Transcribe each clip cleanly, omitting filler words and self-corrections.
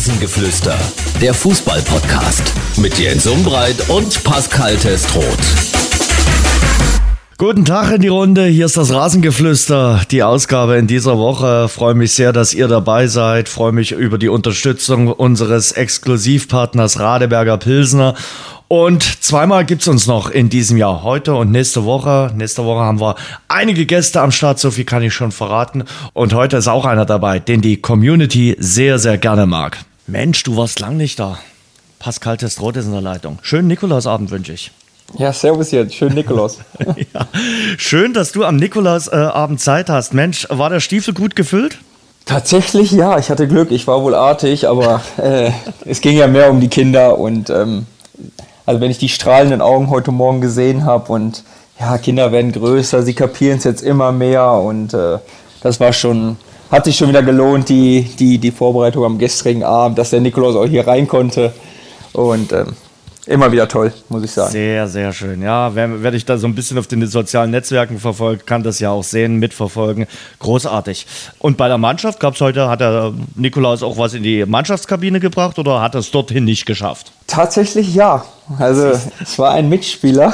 Rasengeflüster, der Fußball-Podcast mit Jens Umbreit und Pascal Testroth. Guten Tag in die Runde, hier ist das Rasengeflüster, die Ausgabe in dieser Woche. Freue mich sehr, dass ihr dabei seid, freue mich über die Unterstützung unseres Exklusivpartners Radeberger Pilsner. Und zweimal gibt's uns noch in diesem Jahr, heute und nächste Woche. Nächste Woche haben wir einige Gäste am Start, so viel kann ich schon verraten. Und heute ist auch einer dabei, den die Community sehr, sehr gerne mag. Mensch, du warst lang nicht da. Pascal Testroth ist in der Leitung. Schönen Nikolausabend wünsche ich. Ja, servus jetzt, schönen Nikolaus. Ja, schön, dass du am Nikolausabend Zeit hast. Mensch, war der Stiefel gut gefüllt? Tatsächlich ja, ich hatte Glück, ich war wohl artig, aber es ging ja mehr um die Kinder und also wenn ich die strahlenden Augen heute Morgen gesehen habe und ja, Kinder werden größer, sie kapieren es jetzt immer mehr und das war schon, hat sich schon wieder gelohnt, die Vorbereitung am gestrigen Abend, dass der Nikolaus auch hier rein konnte und immer wieder toll, muss ich sagen. Sehr, sehr schön. Ja, wer dich da so ein bisschen auf den sozialen Netzwerken verfolgt, kann das ja auch sehen, mitverfolgen. Großartig. Und bei der Mannschaft gab's heute, hat der Nikolaus auch was in die Mannschaftskabine gebracht oder hat er es dorthin nicht geschafft? Tatsächlich ja. Also es war ein Mitspieler,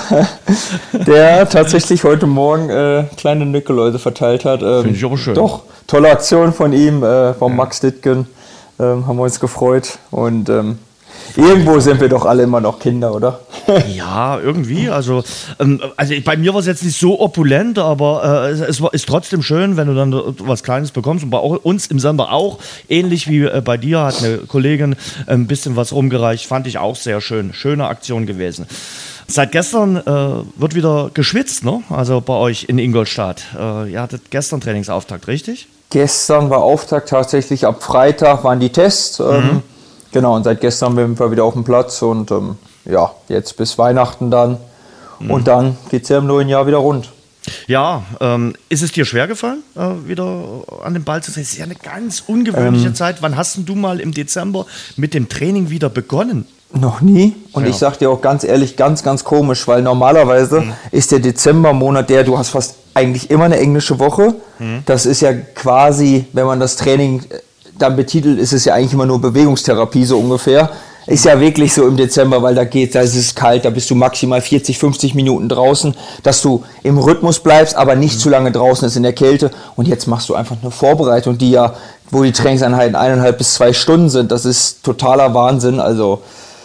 der tatsächlich heute Morgen kleine Nikoläuse verteilt hat. Finde ich aber schön. Doch, tolle Aktion von ihm, von Max Dittgen. Haben wir uns gefreut und irgendwo sind wir doch alle immer noch Kinder, oder? Ja, irgendwie. Also bei mir war es jetzt nicht so opulent, aber es ist trotzdem schön, wenn du dann was Kleines bekommst. Und bei uns im Sender auch, ähnlich wie bei dir, hat eine Kollegin ein bisschen was rumgereicht. Fand ich auch sehr schön. Schöne Aktion gewesen. Seit gestern wird wieder geschwitzt, ne? Also bei euch in Ingolstadt. Ihr hattet gestern Trainingsauftakt, richtig? Gestern war Auftakt tatsächlich, ab Freitag waren die Tests. Genau, und seit gestern sind wir wieder auf dem Platz und ja, jetzt bis Weihnachten dann. Und dann geht es ja im neuen Jahr wieder rund. Ja, ist es dir schwer gefallen, wieder an den Ball zu sein? Es ist ja eine ganz ungewöhnliche Zeit. Wann hast denn du mal im Dezember mit dem Training wieder begonnen? Noch nie. Und ich sag dir auch ganz ehrlich, ganz, ganz komisch, weil normalerweise ist der Dezembermonat du hast fast eigentlich immer eine englische Woche. Das ist ja quasi, wenn man das Training dann betitelt, ist es ja eigentlich immer nur Bewegungstherapie so ungefähr. Ist ja wirklich so im Dezember, weil da ist es kalt, da bist du maximal 40, 50 Minuten draußen, dass du im Rhythmus bleibst, aber nicht zu lange draußen ist in der Kälte. Und jetzt machst du einfach eine Vorbereitung, wo die Trainingseinheiten 1,5 bis 2 Stunden sind. Das ist totaler Wahnsinn. Also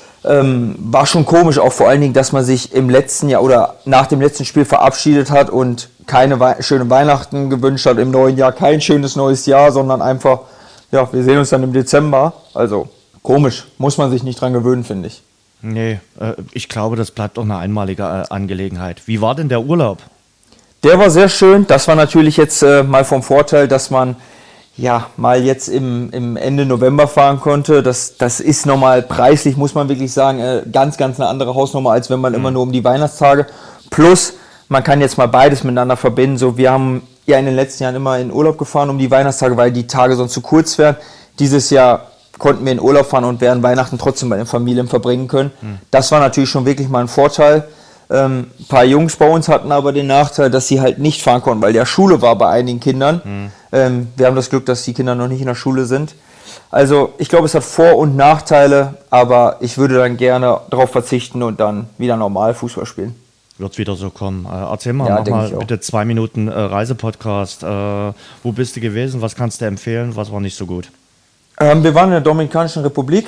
war schon komisch, auch vor allen Dingen, dass man sich im letzten Jahr oder nach dem letzten Spiel verabschiedet hat und keine schöne Weihnachten gewünscht hat, im neuen Jahr kein schönes neues Jahr, sondern einfach, ja, wir sehen uns dann im Dezember. Also komisch, muss man sich nicht dran gewöhnen, finde ich. Nee, ich glaube, das bleibt auch eine einmalige Angelegenheit. Wie war denn der Urlaub? Der war sehr schön. Das war natürlich jetzt mal vom Vorteil, dass man ja mal jetzt im Ende November fahren konnte. Das ist nochmal preislich, muss man wirklich sagen, ganz, ganz eine andere Hausnummer, als wenn man immer nur um die Weihnachtstage. Plus, man kann jetzt mal beides miteinander verbinden. So, wir haben ja in den letzten Jahren immer in Urlaub gefahren um die Weihnachtstage, weil die Tage sonst zu kurz wären. Dieses Jahr konnten wir in Urlaub fahren und werden Weihnachten trotzdem bei den Familien verbringen können. Das war natürlich schon wirklich mal ein Vorteil. Ein paar Jungs bei uns hatten aber den Nachteil, dass sie halt nicht fahren konnten, weil ja Schule war bei einigen Kindern. Wir haben das Glück, dass die Kinder noch nicht in der Schule sind. Also ich glaube, es hat Vor- und Nachteile, aber ich würde dann gerne darauf verzichten und dann wieder normal Fußball spielen. Wird wieder so kommen. Erzähl mal, mach mal bitte 2 Minuten Reisepodcast. Wo bist du gewesen? Was kannst du empfehlen? Was war nicht so gut? Wir waren in der Dominikanischen Republik.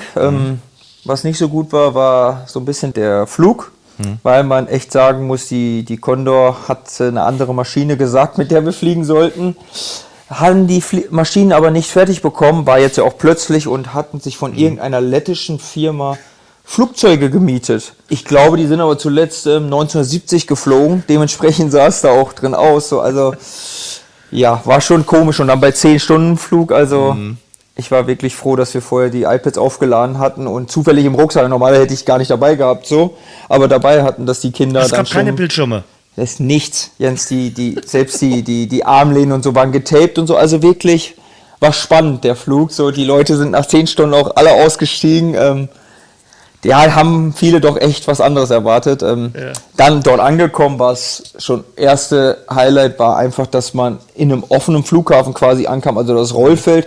Was nicht so gut war, war so ein bisschen der Flug, weil man echt sagen muss, die Condor hat eine andere Maschine gesagt, mit der wir fliegen sollten. Haben die Maschinen aber nicht fertig bekommen, war jetzt ja auch plötzlich und hatten sich von irgendeiner lettischen Firma Flugzeuge gemietet. Ich glaube, die sind aber zuletzt 1970 geflogen. Dementsprechend sah es da auch drin aus. So, also ja, war schon komisch. Und dann bei 10-Stunden-Flug, also ich war wirklich froh, dass wir vorher die iPads aufgeladen hatten und zufällig im Rucksack. Normalerweise hätte ich gar nicht dabei gehabt, so. Aber dabei hatten das die Kinder. Es gab keine Bildschirme. Das ist nichts, Jens. Selbst die Armlehnen und so waren getaped und so. Also wirklich war spannend, der Flug. So, die Leute sind nach 10 Stunden auch alle ausgestiegen. Ja, haben viele doch echt was anderes erwartet. Dann dort angekommen war es schon, erste Highlight war einfach, dass man in einem offenen Flughafen quasi ankam, also das Rollfeld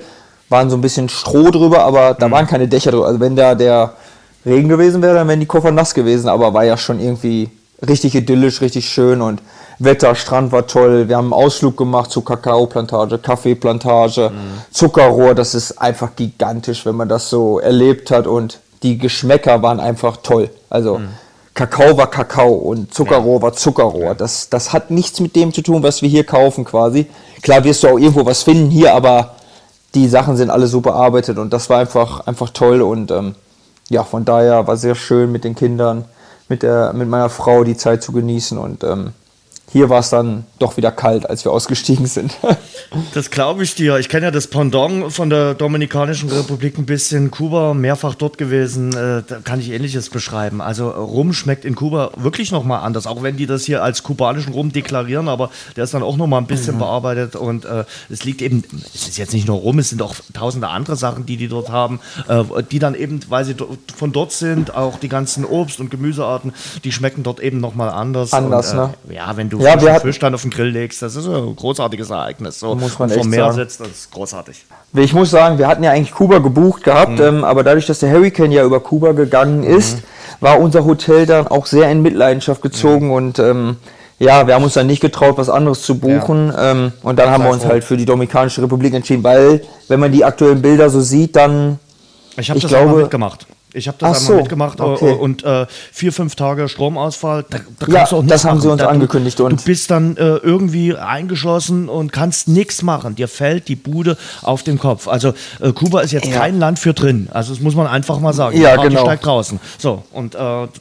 waren so ein bisschen Stroh drüber, aber da waren keine Dächer drüber. Also wenn da der Regen gewesen wäre, dann wären die Koffer nass gewesen, aber war ja schon irgendwie richtig idyllisch, richtig schön und Wetter, Strand war toll. Wir haben einen Ausflug gemacht zur Kakaoplantage, Kaffeeplantage, Zuckerrohr. Das ist einfach gigantisch, wenn man das so erlebt hat und die Geschmäcker waren einfach toll. Also Kakao war Kakao und Zuckerrohr war Zuckerrohr. Das hat nichts mit dem zu tun, was wir hier kaufen quasi. Klar wirst du auch irgendwo was finden hier, aber die Sachen sind alle so bearbeitet und das war einfach toll und von daher war sehr schön mit den Kindern, mit meiner Frau die Zeit zu genießen und hier war es dann doch wieder kalt, als wir ausgestiegen sind. Das glaube ich dir. Ich kenne ja das Pendant von der Dominikanischen Republik ein bisschen. Kuba, mehrfach dort gewesen, da kann ich Ähnliches beschreiben. Also Rum schmeckt in Kuba wirklich nochmal anders, auch wenn die das hier als kubanischen Rum deklarieren, aber der ist dann auch nochmal ein bisschen bearbeitet und es liegt eben, es ist jetzt nicht nur Rum, es sind auch tausende andere Sachen, die dort haben, die dann eben, weil sie von dort sind, auch die ganzen Obst- und Gemüsearten, die schmecken dort eben nochmal anders. Ne? Ja, wenn du Fisch dann auf den Grill legst, das ist ein großartiges Ereignis. So, muss man vom Meer sagen. sitzt, das ist großartig. Ich muss sagen, wir hatten ja eigentlich Kuba gebucht gehabt, aber dadurch, dass der Hurricane ja über Kuba gegangen ist, war unser Hotel dann auch sehr in Mitleidenschaft gezogen und wir haben uns dann nicht getraut, was anderes zu buchen und dann haben wir uns halt für die Dominikanische Republik entschieden, weil, wenn man die aktuellen Bilder so sieht, dann... Ich habe das einmal mitgemacht. Ich habe das einmal mitgemacht und 4-5 Tage Stromausfall, da kannst du auch nichts das haben sie uns angekündigt. Du bist dann irgendwie eingeschlossen und kannst nichts machen. Dir fällt die Bude auf den Kopf. Also Kuba ist jetzt kein Land für drin. Also das muss man einfach mal sagen. Ja, die Party genau. steigt draußen. So, und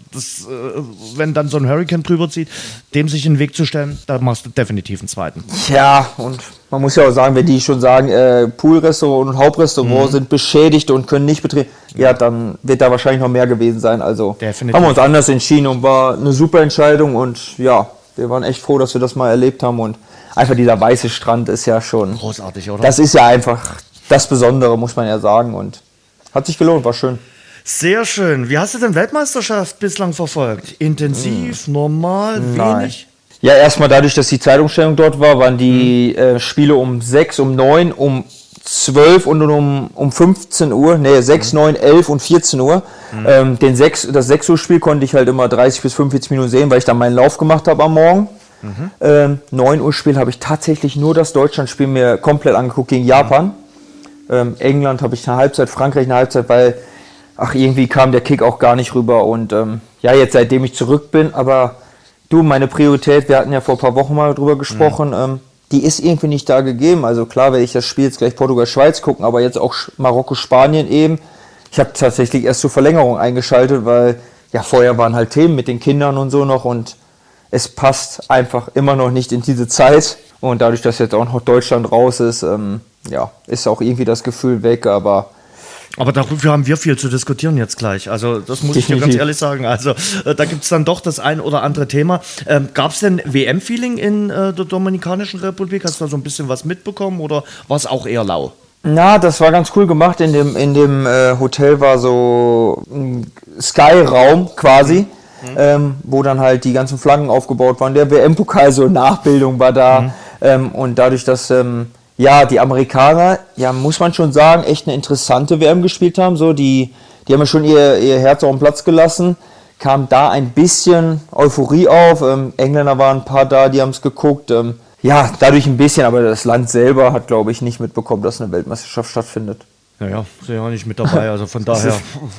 wenn dann so ein Hurricane drüber zieht, dem sich in den Weg zu stellen, da machst du definitiv einen zweiten. Ja, und man muss ja auch sagen, wenn die schon sagen, Poolrestaurant und Hauptrestaurant sind beschädigt und können nicht betreten, dann wird da wahrscheinlich noch mehr gewesen sein. Also definitiv. Haben wir uns anders entschieden und war eine super Entscheidung und wir waren echt froh, dass wir das mal erlebt haben und einfach dieser weiße Strand ist ja schon... Großartig, oder? Das ist ja einfach das Besondere, muss man ja sagen und hat sich gelohnt, war schön. Sehr schön. Wie hast du denn Weltmeisterschaft bislang verfolgt? Intensiv, normal, wenig? Ja, erstmal dadurch, dass die Zeitumstellung dort war, waren die Spiele um 6, um 9, um 12 und um 15 Uhr, 6, 9, 11 und 14 Uhr. Das 6 Uhr Spiel konnte ich halt immer 30 bis 45 Minuten sehen, weil ich dann meinen Lauf gemacht habe am Morgen. 9 Uhr Spiel habe ich tatsächlich nur das Deutschlandspiel mir komplett angeguckt gegen Japan. England habe ich eine Halbzeit, Frankreich eine Halbzeit, weil irgendwie kam der Kick auch gar nicht rüber und jetzt seitdem ich zurück bin, aber meine Priorität, wir hatten ja vor ein paar Wochen mal drüber gesprochen, die ist irgendwie nicht da gegeben. Also klar werde ich das Spiel jetzt gleich Portugal-Schweiz gucken, aber jetzt auch Marokko-Spanien eben. Ich habe tatsächlich erst zur Verlängerung eingeschaltet, weil vorher waren halt Themen mit den Kindern und so noch und es passt einfach immer noch nicht in diese Zeit. Und dadurch, dass jetzt auch noch Deutschland raus ist, ist auch irgendwie das Gefühl weg, Aber dafür haben wir viel zu diskutieren jetzt gleich. Also das muss ich dir ganz ehrlich sagen. Also da gibt es dann doch das ein oder andere Thema. Gab es denn WM-Feeling in der Dominikanischen Republik? Hast du da so ein bisschen was mitbekommen oder war es auch eher lau? Na, das war ganz cool gemacht. In dem Hotel war so ein Sky-Raum quasi, wo dann halt die ganzen Flaggen aufgebaut waren. Der WM-Pokal, so Nachbildung war da. Und dadurch, dass... die Amerikaner, muss man schon sagen, echt eine interessante WM gespielt haben. So, die haben ja schon ihr Herz auf den Platz gelassen. Kam da ein bisschen Euphorie auf. Engländer waren ein paar da, die haben es geguckt. Dadurch ein bisschen, aber das Land selber hat, glaube ich, nicht mitbekommen, dass eine Weltmeisterschaft stattfindet. Naja, sind ja nicht mit dabei, also von daher,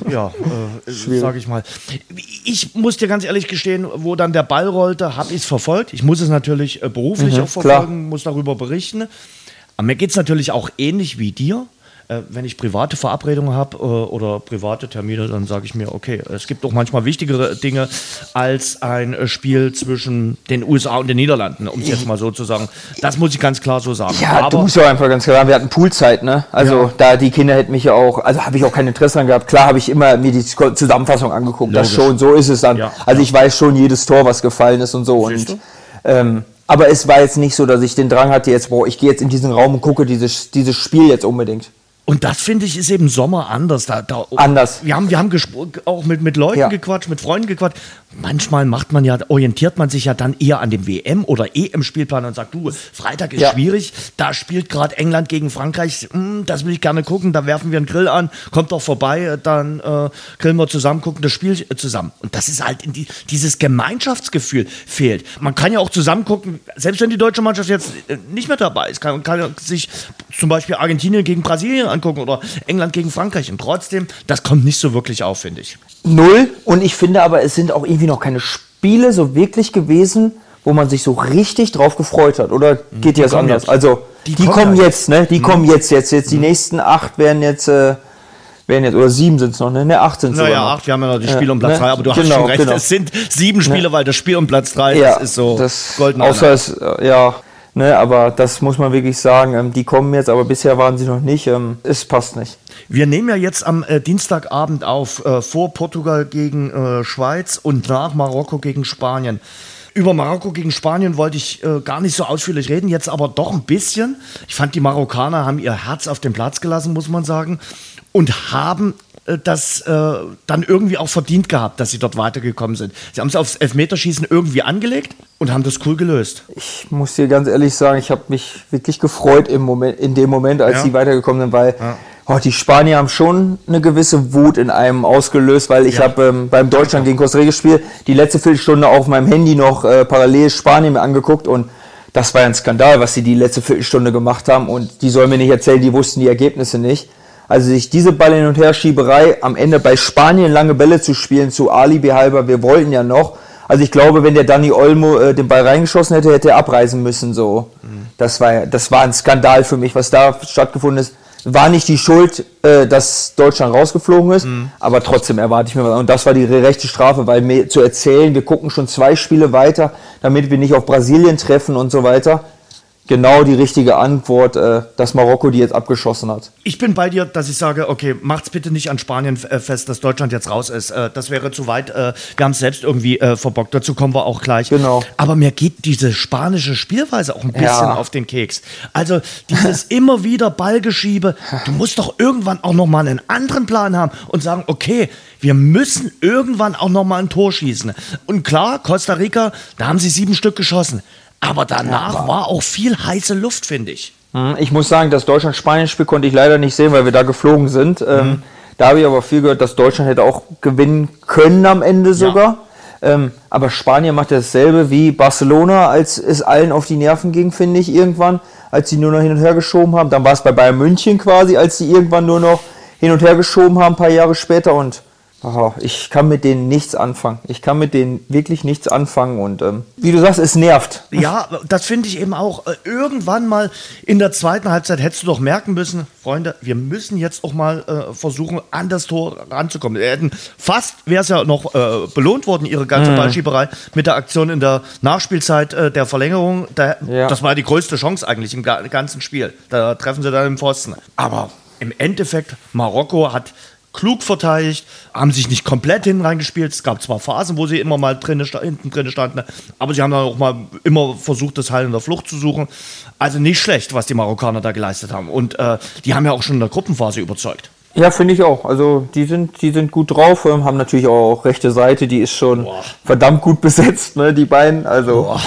sage ich mal. Ich muss dir ganz ehrlich gestehen, wo dann der Ball rollte, habe ich es verfolgt. Ich muss es natürlich beruflich auch verfolgen, muss darüber berichten. Aber mir geht es natürlich auch ähnlich wie dir. Wenn ich private Verabredungen habe oder private Termine, dann sage ich mir, okay, es gibt doch manchmal wichtigere Dinge als ein Spiel zwischen den USA und den Niederlanden, um es jetzt mal so zu sagen. Das muss ich ganz klar so sagen. Ja, aber du musst ja einfach ganz klar sagen, wir hatten Poolzeit, ne? Also da die Kinder hätten mich ja auch, also habe ich auch kein Interesse dran gehabt. Klar habe ich immer mir die Zusammenfassung angeguckt, logisch. Das schon, so ist es dann. Ja, also ich weiß schon jedes Tor, was gefallen ist und so. Siehst und aber es war jetzt nicht so, dass ich den Drang hatte, ich gehe jetzt in diesen Raum und gucke dieses Spiel jetzt unbedingt. Und das, finde ich, ist eben Sommer anders. Anders. Wir haben auch mit Leuten gequatscht, mit Freunden gequatscht. Manchmal orientiert man sich ja dann eher an dem WM- oder EM-Spielplan und sagt, du, Freitag ist schwierig, da spielt gerade England gegen Frankreich, das will ich gerne gucken, da werfen wir einen Grill an, kommt doch vorbei, dann grillen wir zusammen, gucken das Spiel zusammen. Und das ist halt, dieses Gemeinschaftsgefühl fehlt. Man kann ja auch zusammen gucken, selbst wenn die deutsche Mannschaft jetzt nicht mehr dabei ist, kann sich zum Beispiel Argentinien gegen Brasilien angucken oder England gegen Frankreich. Und trotzdem, das kommt nicht so wirklich auf, finde ich. Null. Und ich finde aber, es sind auch irgendwie noch keine Spiele so wirklich gewesen, wo man sich so richtig drauf gefreut hat. Oder geht dir das anders? Jetzt. Also, die kommen jetzt, ne? Die kommen jetzt. Die nächsten 8 werden jetzt, oder 7 sind es noch, ne? 8 sind es sogar noch. 8, wir haben ja noch die Spiele um Platz 3, aber du hast schon recht, es sind 7 Spiele, weil das Spiel um Platz 3, das ist so golden. Außer es, aber das muss man wirklich sagen, die kommen jetzt, aber bisher waren sie noch nicht, es passt nicht. Wir nehmen ja jetzt am Dienstagabend auf, vor Portugal gegen Schweiz und nach Marokko gegen Spanien. Über Marokko gegen Spanien wollte ich gar nicht so ausführlich reden, jetzt aber doch ein bisschen. Ich fand, die Marokkaner haben ihr Herz auf den Platz gelassen, muss man sagen, und haben das dann irgendwie auch verdient gehabt, dass sie dort weitergekommen sind. Sie haben es aufs Elfmeterschießen irgendwie angelegt und haben das cool gelöst. Ich muss dir ganz ehrlich sagen, ich habe mich wirklich gefreut in dem Moment, als sie weitergekommen sind, weil die Spanier haben schon eine gewisse Wut in einem ausgelöst, weil ich habe beim Deutschland gegen Costa Rica Spiel die letzte Viertelstunde auf meinem Handy noch parallel Spanien mir angeguckt und das war ja ein Skandal, was sie die letzte Viertelstunde gemacht haben und die sollen mir nicht erzählen, die wussten die Ergebnisse nicht. Also sich diese Ball hin und her Schieberei am Ende bei Spanien lange Bälle zu spielen, zu Alibi halber, wir wollten ja noch. Also ich glaube, wenn der Dani Olmo den Ball reingeschossen hätte, hätte er abreisen müssen. So. Das war ein Skandal für mich, was da stattgefunden ist. War nicht die Schuld, dass Deutschland rausgeflogen ist, aber trotzdem erwarte ich mir was. Und das war die rechte Strafe, weil mir zu erzählen, wir gucken schon 2 Spiele weiter, damit wir nicht auf Brasilien treffen und so weiter. Genau die richtige Antwort, dass Marokko die jetzt abgeschossen hat. Ich bin bei dir, dass ich sage, okay, macht's bitte nicht an Spanien fest, dass Deutschland jetzt raus ist. Das wäre zu weit. Wir haben es selbst irgendwie verbockt. Dazu kommen wir auch gleich. Genau. Aber mir geht diese spanische Spielweise auch ein bisschen auf den Keks. Also dieses immer wieder Ballgeschiebe. Du musst doch irgendwann auch noch mal einen anderen Plan haben und sagen, okay, wir müssen irgendwann auch noch mal ein Tor schießen. Und klar, Costa Rica, da haben sie 7 Stück geschossen. Aber danach war auch viel heiße Luft, finde ich. Ich muss sagen, das Deutschland-Spanien-Spiel konnte ich leider nicht sehen, weil wir da geflogen sind. Da habe ich aber viel gehört, dass Deutschland hätte auch gewinnen können am Ende sogar. Aber Spanien macht dasselbe wie Barcelona, als es allen auf die Nerven ging, finde ich, irgendwann, als sie nur noch hin und her geschoben haben. Dann war es bei Bayern München quasi, als sie irgendwann nur noch hin und her geschoben haben, ein paar Jahre später. Und ich kann mit denen nichts anfangen. Ich kann mit denen wirklich nichts anfangen. Und wie du sagst, es nervt. Ja, das finde ich eben auch. Irgendwann mal in der zweiten Halbzeit hättest du doch merken müssen, Freunde, wir müssen jetzt auch mal versuchen, an das Tor ranzukommen. Fast wäre es ja noch belohnt worden, ihre ganze Ballschieberei mit der Aktion in der Nachspielzeit der Verlängerung. Das war die größte Chance eigentlich im ganzen Spiel. Da treffen sie dann im Pfosten. Aber im Endeffekt, Marokko hat klug verteidigt, haben sich nicht komplett hinten reingespielt. Es gab zwar Phasen, wo sie immer mal hinten drin standen, aber sie haben dann auch mal immer versucht, das Heil in der Flucht zu suchen. Also nicht schlecht, was die Marokkaner da geleistet haben. Und die haben ja auch schon in der Gruppenphase überzeugt. Ja, finde ich auch. Also die sind gut drauf, haben natürlich auch rechte Seite, die ist schon verdammt gut besetzt, ne, die beiden. Also,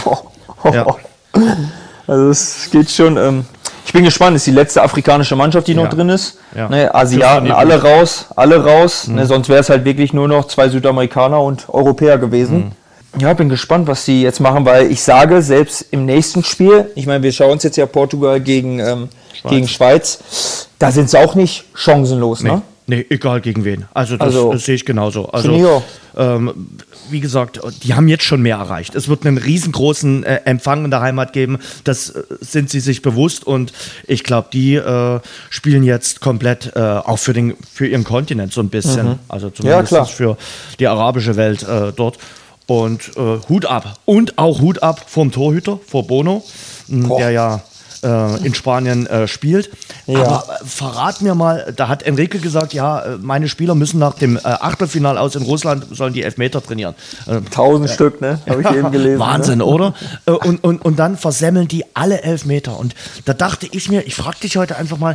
also es geht schon. Ich bin gespannt, ist die letzte afrikanische Mannschaft, die noch drin ist. Ja. Ne, Asiaten, alle raus. Ne, sonst wäre es halt wirklich nur noch 2 Südamerikaner und Europäer gewesen. Ja, bin gespannt, was die jetzt machen, weil ich sage, selbst im nächsten Spiel, ich meine, wir schauen uns jetzt ja Portugal gegen Schweiz, da sind sie auch nicht chancenlos, ne? Nee, egal gegen wen. Also das sehe ich genauso. Also wie gesagt, die haben jetzt schon mehr erreicht. Es wird einen riesengroßen Empfang in der Heimat geben. Das sind sie sich bewusst und ich glaube, die spielen jetzt komplett auch für ihren Kontinent so ein bisschen. Also zumindest für die arabische Welt dort. Und Hut ab. Und auch Hut ab vom Torhüter, vor Bono, der ja in Spanien spielt. Ja. Aber verrat mir mal, da hat Enrique gesagt, meine Spieler müssen nach dem Achtelfinale aus in Russland, sollen die Elfmeter trainieren. 1000 Stück, ne? Habe ich eben gelesen. Wahnsinn, ne? Oder? Und dann versemmeln die alle Elfmeter. Und da dachte ich mir, ich frage dich heute einfach mal,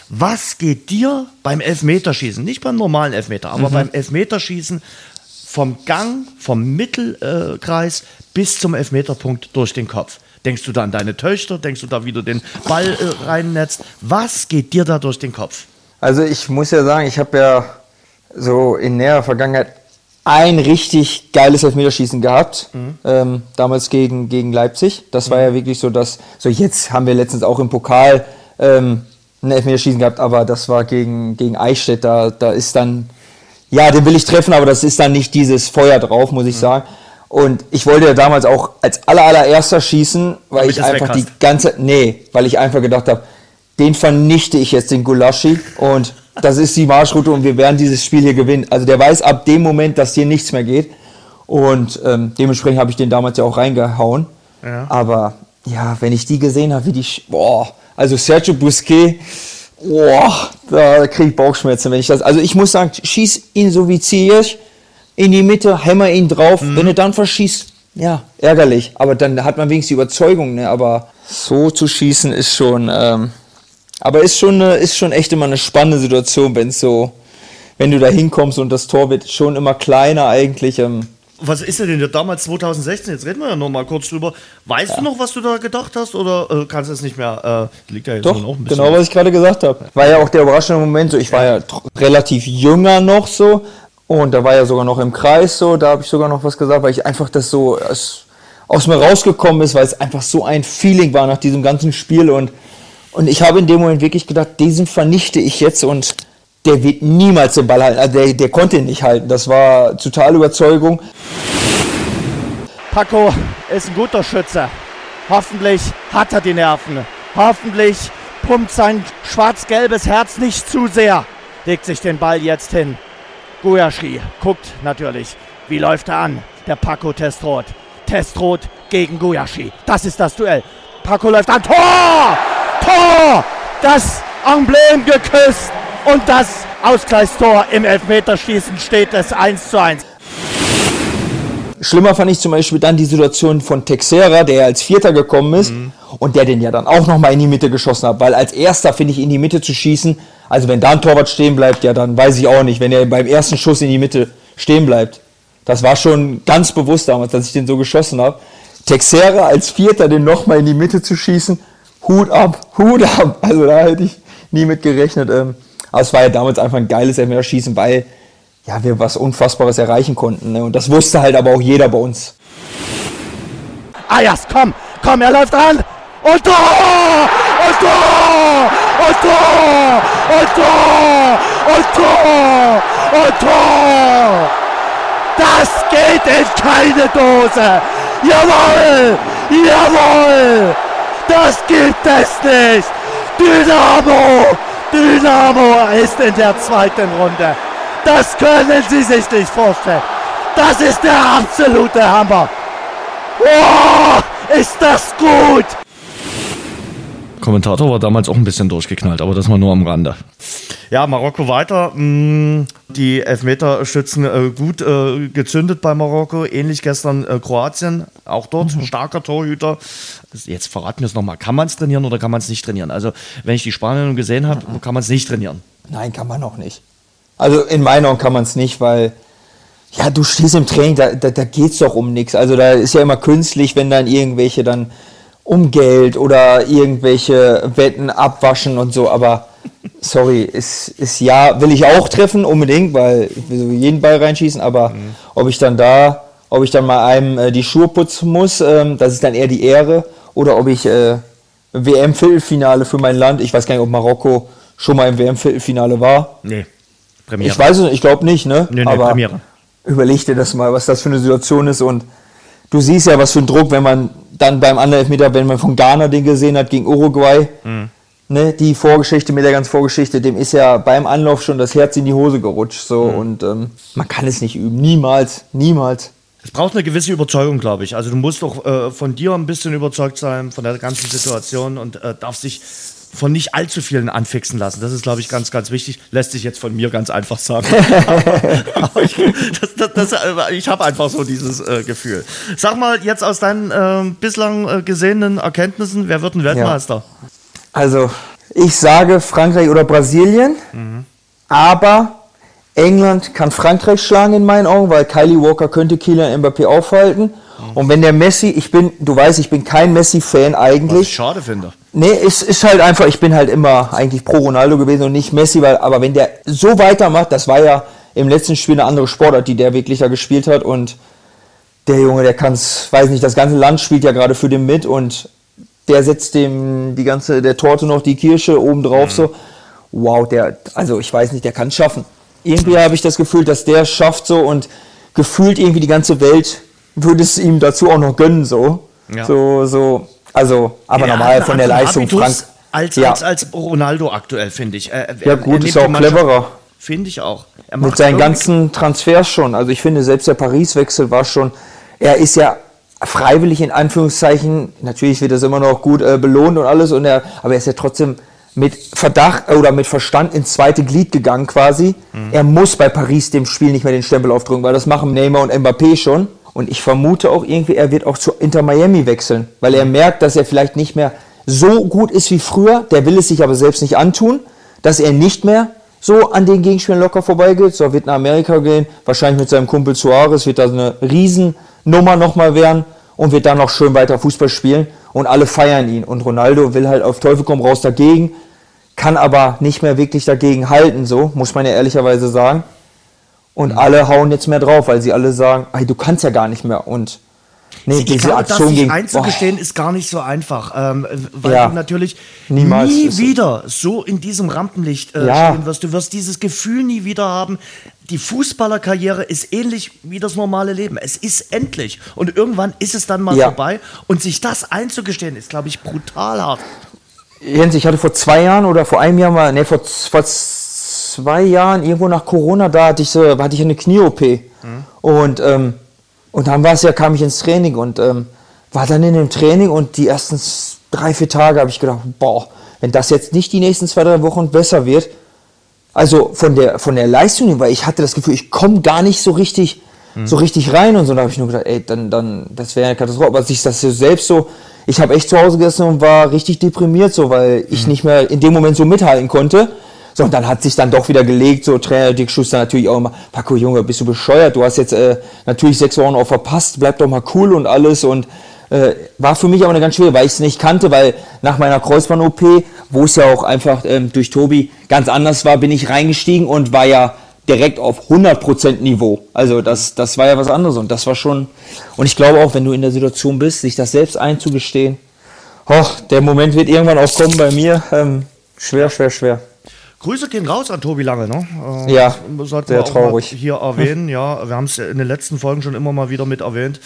Was geht dir beim Elfmeterschießen, nicht beim normalen Elfmeter, aber beim Elfmeterschießen vom Gang, vom Mittelkreis bis zum Elfmeterpunkt durch den Kopf? Denkst du da an deine Töchter? Denkst du da, wie du den Ball reinnetzt? Was geht dir da durch den Kopf? Also ich muss ja sagen, ich habe ja so in näherer Vergangenheit ein richtig geiles Elfmeterschießen gehabt, damals gegen Leipzig. Das war ja wirklich so, dass, so jetzt haben wir letztens auch im Pokal ein Elfmeterschießen gehabt, aber das war gegen Eichstätt, da ist dann, ja, den will ich treffen, aber das ist dann nicht dieses Feuer drauf, muss ich sagen. Und ich wollte ja damals auch als allererster schießen, weil ich einfach weil ich einfach gedacht habe, den vernichte ich jetzt, den Gulaschi, und das ist die Marschroute und wir werden dieses Spiel hier gewinnen. Also der weiß ab dem Moment, dass hier nichts mehr geht, und dementsprechend habe ich den damals ja auch reingehauen. Ja. Aber ja, wenn ich die gesehen habe, wie die, also Sergio Busquets, da kriege ich Bauchschmerzen, wenn ich das, also ich muss sagen, schieß ihn so wie Ziyech in die Mitte, hämmer ihn drauf, wenn er dann verschießt, ja, ärgerlich, aber dann hat man wenigstens die Überzeugung, ne? Aber so zu schießen ist schon, aber ist schon echt immer eine spannende Situation, wenn du da hinkommst und das Tor wird schon immer kleiner eigentlich. Was ist denn damals 2016? Jetzt reden wir ja noch mal kurz drüber. Weißt du noch, was du da gedacht hast, oder kannst du es nicht mehr? Liegt ja jetzt doch, auch ein bisschen. Genau, was ich gerade gesagt habe. War ja auch der überraschende Moment. So, ich war ja relativ jünger noch so, und da war ja sogar noch im Kreis so. Da habe ich sogar noch was gesagt, weil ich einfach das so aus mir rausgekommen ist, weil es einfach so ein Feeling war nach diesem ganzen Spiel, und ich habe in dem Moment wirklich gedacht, diesen vernichte ich jetzt, und der wird niemals den Ball halten. Also der konnte ihn nicht halten. Das war totale Überzeugung. Paco ist ein guter Schütze. Hoffentlich hat er die Nerven. Hoffentlich pumpt sein schwarz-gelbes Herz nicht zu sehr. Legt sich den Ball jetzt hin. Gulaschi guckt natürlich. Wie läuft er an? Der Paco Testroth. Testroth gegen Gulaschi. Das ist das Duell. Paco läuft an. Tor! Tor! Das Emblem geküsst. Und das Ausgleichstor im Elfmeterschießen steht es 1:1. Schlimmer fand ich zum Beispiel dann die Situation von Texera, der als Vierter gekommen ist und der den ja dann auch nochmal in die Mitte geschossen hat. Weil als Erster finde ich, in die Mitte zu schießen, also wenn da ein Torwart stehen bleibt, ja, dann weiß ich auch nicht, wenn er beim ersten Schuss in die Mitte stehen bleibt. Das war schon ganz bewusst damals, dass ich den so geschossen habe. Texera als Vierter, den nochmal in die Mitte zu schießen, Hut ab. Also da hätte ich nie mit gerechnet. Aber es war ja damals einfach ein geiles Elfmeterschießen, weil ja, wir was Unfassbares erreichen konnten. Ne? Und das wusste halt aber auch jeder bei uns. Ajas, komm, er läuft an. Und Tor! Und Tor! Und Tor! Und Tor! Und Tor! Und Tor! Das geht in keine Dose! Jawohl! Jawohl! Das gibt es nicht! Dynamo ist in der zweiten Runde. Das können Sie sich nicht vorstellen. Das ist der absolute Hammer. Oh, ist das gut! Kommentator war damals auch ein bisschen durchgeknallt, aber das war nur am Rande. Ja, Marokko weiter. Die Elfmeterschützen gut gezündet bei Marokko. Ähnlich gestern Kroatien, auch dort starker Torhüter. Jetzt verraten wir es nochmal. Kann man es trainieren oder kann man es nicht trainieren? Also, wenn ich die Spanier gesehen habe, kann man es nicht trainieren. Nein, kann man auch nicht. Also in meinen Augen kann man es nicht, weil ja, du stehst im Training, da geht es doch um nichts. Also da ist ja immer künstlich, wenn dann irgendwelche dann um Geld oder irgendwelche Wetten abwaschen und so, aber sorry, ist ja, will ich auch treffen, unbedingt, weil ich will so jeden Ball reinschießen, aber ob ich dann mal einem die Schuhe putzen muss, das ist dann eher die Ehre, oder ob ich WM-Viertelfinale für mein Land, ich weiß gar nicht, ob Marokko schon mal im WM-Viertelfinale war. Nee, Premiere. Ich weiß es nicht, ich glaube nicht, ne? Nee, aber Premiere. Überleg dir das mal, was das für eine Situation ist, und du siehst ja, was für ein Druck, wenn man dann beim anderen Elfmeter, wenn man von Ghana den gesehen hat gegen Uruguay, ne, die Vorgeschichte mit der ganzen Vorgeschichte, dem ist ja beim Anlauf schon das Herz in die Hose gerutscht, so, und man kann es nicht üben, niemals. Es braucht eine gewisse Überzeugung, glaube ich. Also du musst doch von dir ein bisschen überzeugt sein, von der ganzen Situation, und darfst dich von nicht allzu vielen anfixen lassen. Das ist, glaube ich, ganz, ganz wichtig. Lässt sich jetzt von mir ganz einfach sagen. aber ich habe einfach so dieses Gefühl. Sag mal, jetzt aus deinen bislang gesehenen Erkenntnissen, wer wird ein Weltmeister? Ja. Also, Ich sage Frankreich oder Brasilien, aber England kann Frankreich schlagen in meinen Augen, weil Kylie Walker könnte Kylian Mbappé aufhalten. Und wenn der Messi, du weißt, ich bin kein Messi-Fan eigentlich. Was ich schade finde. Nee, es ist halt einfach, ich bin halt immer eigentlich pro Ronaldo gewesen und nicht Messi, aber wenn der so weitermacht, das war ja im letzten Spiel eine andere Sportart, die der wirklich ja gespielt hat und der Junge, der kann's, weiß nicht, das ganze Land spielt ja gerade für den mit und der setzt dem der Torte noch die Kirsche oben drauf so. Wow, ich weiß nicht, der kann es schaffen. Irgendwie habe ich das Gefühl, dass der es schafft so und gefühlt irgendwie die ganze Welt würde es ihm dazu auch noch gönnen so. Ja. Aber normal von der Leistung als Ronaldo aktuell, finde ich. Ja gut, ist auch cleverer. Finde ich auch. Mit seinen ganzen Transfers schon. Also ich finde, selbst der Paris-Wechsel war schon, er ist ja freiwillig in Anführungszeichen, natürlich wird das immer noch gut belohnt und alles, aber er ist ja trotzdem mit Verdacht oder mit Verstand ins zweite Glied gegangen quasi. Er muss bei Paris dem Spiel nicht mehr den Stempel aufdrücken, weil das machen Neymar und Mbappé schon. Und ich vermute auch irgendwie, er wird auch zu Inter Miami wechseln, weil er merkt, dass er vielleicht nicht mehr so gut ist wie früher, der will es sich aber selbst nicht antun, dass er nicht mehr so an den Gegenspielern locker vorbeigeht, so wird nach Amerika gehen, wahrscheinlich mit seinem Kumpel Suarez, wird da so eine Riesennummer nochmal werden und wird dann noch schön weiter Fußball spielen und alle feiern ihn. Und Ronaldo will halt auf Teufel komm raus dagegen, kann aber nicht mehr wirklich dagegen halten, so muss man ja ehrlicherweise sagen. Und alle hauen jetzt mehr drauf, weil sie alle sagen, hey, du kannst ja gar nicht mehr. Und diese Aktion gegen einzugestehen ist gar nicht so einfach, weil du natürlich nie wieder so in diesem Rampenlicht stehen wirst. Du wirst dieses Gefühl nie wieder haben. Die Fußballerkarriere ist ähnlich wie das normale Leben. Es ist endlich und irgendwann ist es dann mal vorbei. Und sich das einzugestehen ist, glaube ich, brutal hart. Jens, ich hatte vor 2 Jahren oder vor einem Jahr mal, vor 2 Jahren irgendwo nach Corona, da hatte ich eine Knie-OP. Und dann kam ich ins Training und war dann in dem Training und die ersten 3-4 Tage habe ich gedacht, wenn das jetzt nicht die nächsten 2-3 Wochen besser wird, also von der Leistung, weil ich hatte das Gefühl, ich komme gar nicht so richtig rein und so, da habe ich nur gedacht, dann das wäre eine Katastrophe, aber sich das selbst so, ich habe echt zu Hause gesessen und war richtig deprimiert so, weil ich nicht mehr in dem Moment so mithalten konnte. So, und dann hat sich dann doch wieder gelegt, so Trainer Dick Schuster natürlich auch immer, Paco Junge, bist du bescheuert, du hast jetzt natürlich 6 Wochen auch verpasst, bleib doch mal cool und alles und war für mich auch eine ganz schwere, weil ich es nicht kannte, weil nach meiner Kreuzband-OP, wo es ja auch einfach durch Tobi ganz anders war, bin ich reingestiegen und war ja direkt auf 100% Niveau. Also das war ja was anderes und das war schon, und ich glaube auch, wenn du in der Situation bist, sich das selbst einzugestehen, der Moment wird irgendwann auch kommen bei mir, schwer. Grüße gehen raus an Tobi Lange, ne? Ja, sehr traurig. Hier erwähnen, ja, wir haben es in den letzten Folgen schon immer mal wieder mit erwähnt.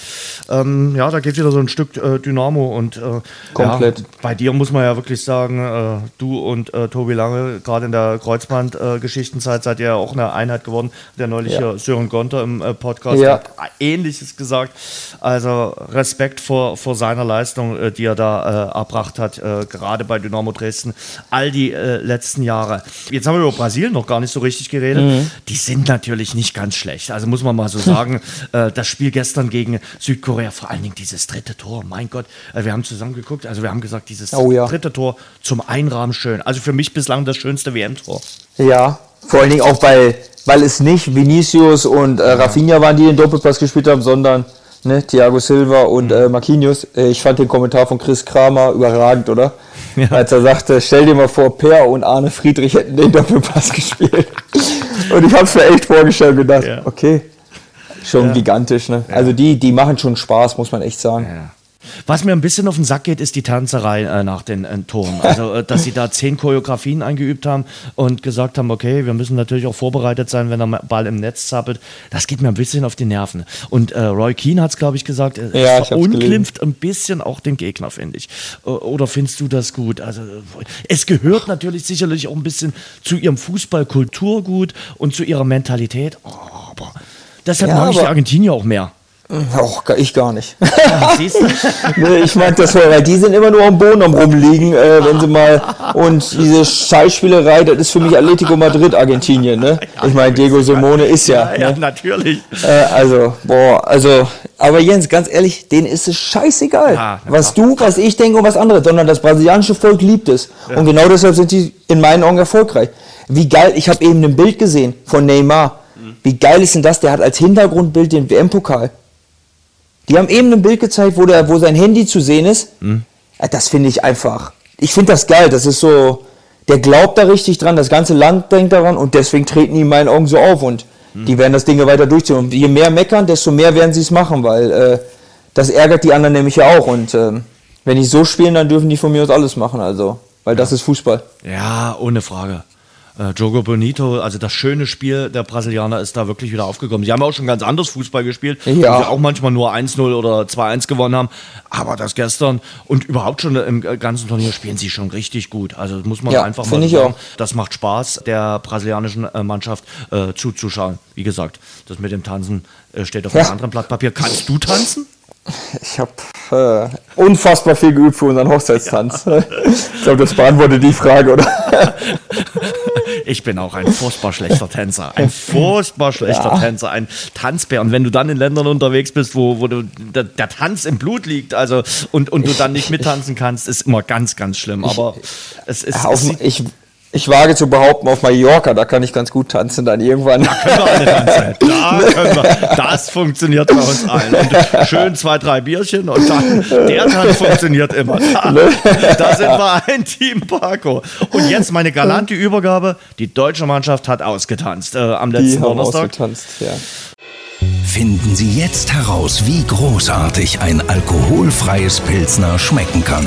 Da geht wieder so ein Stück Dynamo und komplett. Bei dir muss man ja wirklich sagen, du und Tobi Lange, gerade in der Kreuzband-Geschichtenzeit seid ihr ja auch eine Einheit geworden. Der neulich Sören Gonter im Podcast hat Ähnliches gesagt. Also Respekt vor seiner Leistung, die er da erbracht hat, gerade bei Dynamo Dresden, all die letzten Jahre. Jetzt haben wir über Brasilien noch gar nicht so richtig geredet. Die sind natürlich nicht ganz schlecht. Also muss man mal so sagen, das Spiel gestern gegen Südkorea, vor allen Dingen dieses 3. Tor, mein Gott, wir haben zusammen geguckt, also wir haben gesagt, dieses 3. Tor zum Einrahmen schön. Also für mich bislang das schönste WM-Tor. Ja, vor allen Dingen auch, weil es nicht Vinicius und Rafinha waren, die den Doppelpass gespielt haben, sondern Thiago Silva und Marquinhos. Ich fand den Kommentar von Chris Kramer überragend, oder? Ja. Als er sagte, stell dir mal vor, Per und Arne Friedrich hätten den Doppelpass gespielt. Und ich habe es mir echt vorgestellt und gedacht, okay, schon gigantisch. Ne? Ja. Also die machen schon Spaß, muss man echt sagen. Ja. Was mir ein bisschen auf den Sack geht, ist die Tanzerei nach den Toren. Also, dass sie da 10 Choreografien eingeübt haben und gesagt haben, okay, wir müssen natürlich auch vorbereitet sein, wenn der Ball im Netz zappelt. Das geht mir ein bisschen auf die Nerven. Und Roy Keane hat es, glaube ich, gesagt, es verunglimpft ein bisschen auch den Gegner, finde ich. Oder findest du das gut? Also, es gehört natürlich sicherlich auch ein bisschen zu ihrem Fußballkulturgut und zu ihrer Mentalität. Aber deshalb mag ich die Argentinier auch mehr. Oh, ich gar nicht. Ja, siehst du? Nee, ich meine das, weil die sind immer nur am Boden am rumliegen, wenn sie mal, und diese Scheißspielerei, das ist für mich Atletico Madrid, Argentinien, ne? Ich meine, Diego Simeone ist ja. Ja, ne? natürlich. Aber Jens, ganz ehrlich, denen ist es scheißegal, Ja, was ich denke und was andere, sondern das brasilianische Volk liebt es. Ja. Und genau deshalb sind die in meinen Augen erfolgreich. Wie geil, ich habe eben ein Bild gesehen von Neymar. Wie geil ist denn das? Der hat als Hintergrundbild den WM-Pokal. Die haben eben ein Bild gezeigt, wo sein Handy zu sehen ist. Ja, das finde ich einfach. Ich finde das geil. Das ist so, der glaubt da richtig dran, das ganze Land denkt daran und deswegen treten die in meinen Augen so auf und die werden das Ding weiter durchziehen. Und je mehr meckern, desto mehr werden sie es machen, weil das ärgert die anderen nämlich ja auch. Und wenn die so spielen, dann dürfen die von mir aus alles machen, also, weil das ist Fußball. Ja, ohne Frage. Jogo Bonito, also das schöne Spiel der Brasilianer ist da wirklich wieder aufgekommen. Sie haben auch schon ganz anders Fußball gespielt, wo sie auch manchmal nur 1-0 oder 2-1 gewonnen haben, aber das gestern und überhaupt schon im ganzen Turnier spielen sie schon richtig gut. Also das muss man einfach mal sagen, das macht Spaß, der brasilianischen Mannschaft zuzuschauen. Wie gesagt, das mit dem Tanzen steht auf einem anderen Blatt Papier. Kannst du tanzen? Ich habe unfassbar viel geübt für unseren Hochzeitstanz. Ich glaube, das beantwortet die Frage, oder? Ich bin auch ein furchtbar schlechter Tänzer. Ein furchtbar schlechter Tänzer, ein Tanzbär. Und wenn du dann in Ländern unterwegs bist, wo der Tanz im Blut liegt, also und du dann nicht mittanzen kannst, ist immer ganz, ganz schlimm. Aber ich wage zu behaupten, auf Mallorca, da kann ich ganz gut tanzen dann irgendwann. Da können wir alle tanzen. Das funktioniert bei uns allen. Und schön 2, 3 Bierchen und dann, der Tanz funktioniert immer. Da sind wir ein Team Paco. Und jetzt meine galante Übergabe. Die deutsche Mannschaft hat ausgetanzt am letzten Donnerstag. Finden Sie jetzt heraus, wie großartig ein alkoholfreies Pilsner schmecken kann.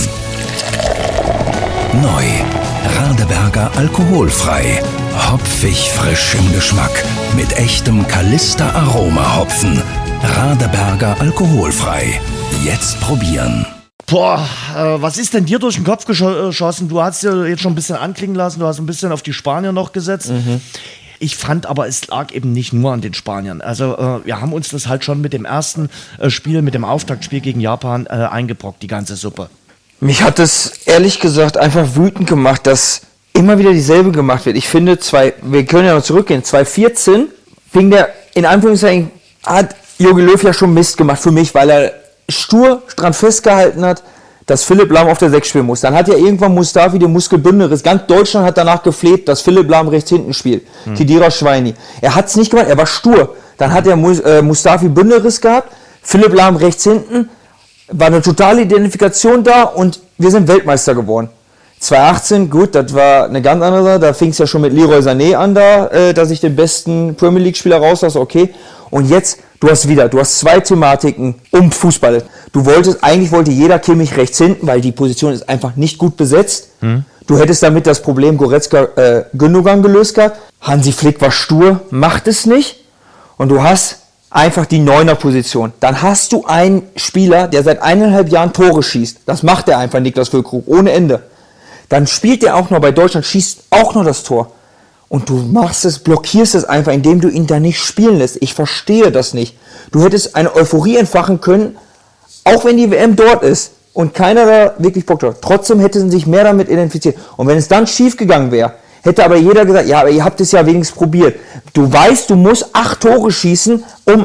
Neu. Radeberger alkoholfrei. Hopfig frisch im Geschmack. Mit echtem Kalister Aroma-Hopfen. Radeberger alkoholfrei. Jetzt probieren. Boah, was ist denn dir durch den Kopf geschossen? Du hast ja jetzt schon ein bisschen anklingen lassen, du hast ein bisschen auf die Spanier noch gesetzt. Ich fand aber, es lag eben nicht nur an den Spaniern. Also wir haben uns das halt schon mit dem ersten Spiel, mit dem Auftaktspiel gegen Japan eingebrockt, die ganze Suppe. Mich hat es ehrlich gesagt einfach wütend gemacht, dass immer wieder dieselbe gemacht wird. Ich finde, wir können ja noch zurückgehen, 2014 fing der, in Anführungszeichen, hat Jogi Löw ja schon Mist gemacht für mich, weil er stur dran festgehalten hat, dass Philipp Lahm auf der 6 spielen muss. Dann hat ja irgendwann Mustafi den Muskelbündelriss. Ganz Deutschland hat danach gefleht, dass Philipp Lahm rechts hinten spielt. Khedira Schweini. Er hat es nicht gemacht, er war stur. Dann hat er Mustafi Bündelriss gehabt, Philipp Lahm rechts hinten, war eine totale Identifikation da und wir sind Weltmeister geworden. 2018, gut, das war eine ganz andere Sache, da fing es ja schon mit Leroy Sané an, dass ich den besten Premier League Spieler rauslasse, okay. Und jetzt, du hast 2 Thematiken um Fußball. Eigentlich wollte jeder Kimmich rechts hinten, weil die Position ist einfach nicht gut besetzt. Du hättest damit das Problem Goretzka-Gündogan gelöst gehabt. Hansi Flick war stur, macht es nicht. Und du hast einfach die 9er-Position. Dann hast du einen Spieler, der seit 1,5 Jahren Tore schießt. Das macht er einfach, Niklas Füllkrug, ohne Ende. Dann spielt er auch noch bei Deutschland, schießt auch noch das Tor. Und du blockierst es einfach, indem du ihn da nicht spielen lässt. Ich verstehe das nicht. Du hättest eine Euphorie entfachen können, auch wenn die WM dort ist und keiner da wirklich Bock drauf. Trotzdem hätte sie sich mehr damit identifiziert. Und wenn es dann schief gegangen wäre, hätte aber jeder gesagt, ja, aber ihr habt es ja wenigstens probiert. Du weißt, du musst 8 Tore schießen,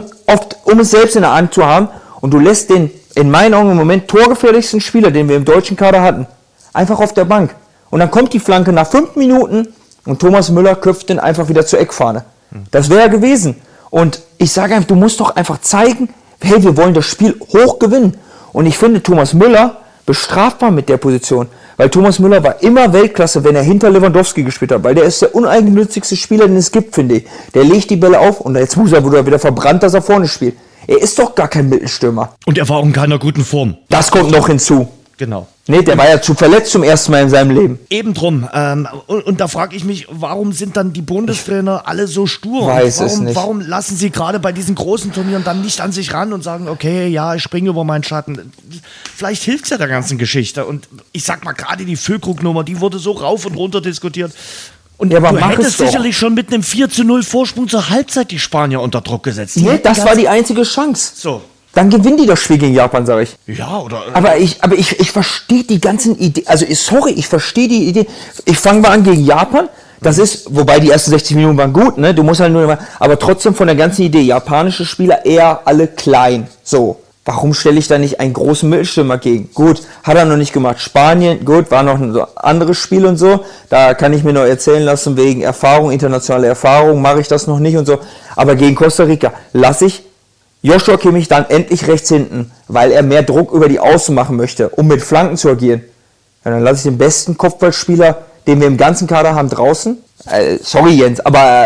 um es selbst in der Hand zu haben. Und du lässt den, in meinen Augen im Moment, torgefährlichsten Spieler, den wir im deutschen Kader hatten, einfach auf der Bank. Und dann kommt die Flanke nach 5 Minuten und Thomas Müller köpft den einfach wieder zur Eckfahne. Das wäre gewesen. Und ich sage einfach, du musst doch einfach zeigen, hey, wir wollen das Spiel hoch gewinnen. Und ich finde Thomas Müller bestrafbar mit der Position. Weil Thomas Müller war immer Weltklasse, wenn er hinter Lewandowski gespielt hat. Weil der ist der uneigennützigste Spieler, den es gibt, finde ich. Der legt die Bälle auf und jetzt wurde er wieder verbrannt, dass er vorne spielt. Er ist doch gar kein Mittelstürmer. Und er war auch in keiner guten Form. Das kommt noch hinzu. Genau. Nee, der war ja zu verletzt zum ersten Mal in seinem Leben. Eben drum. Und da frage ich mich, warum sind dann die Bundestrainer alle so stur? Warum lassen sie gerade bei diesen großen Turnieren dann nicht an sich ran und sagen, okay, ja, ich springe über meinen Schatten. Vielleicht hilft es ja der ganzen Geschichte. Und ich sag mal, gerade die Füllkrug-Nummer, die wurde so rauf und runter diskutiert. Und ja, du hättest sicherlich schon mit einem 4:0 Vorsprung zur Halbzeit die Spanier unter Druck gesetzt. Nee, das war die einzige Chance. So. Dann gewinnen die das Spiel gegen Japan, sage ich. Ja, oder... Aber ich verstehe die ganzen Ideen, also sorry, ich verstehe die Idee. Ich fange mal an gegen Japan, das ist, wobei die ersten 60 Minuten waren gut, ne, du musst halt nur, aber trotzdem von der ganzen Idee, japanische Spieler eher alle klein, so. Warum stelle ich da nicht einen großen Mittelstürmer gegen? Gut, hat er noch nicht gemacht. Spanien, gut, war noch ein anderes Spiel und so. Da kann ich mir noch erzählen lassen, wegen Erfahrung, internationale Erfahrung, mache ich das noch nicht und so. Aber gegen Costa Rica lasse ich Joshua Kimmich dann endlich rechts hinten, weil er mehr Druck über die Außen machen möchte, um mit Flanken zu agieren. Ja, dann lasse ich den besten Kopfballspieler, den wir im ganzen Kader haben, draußen. Sorry Jens, aber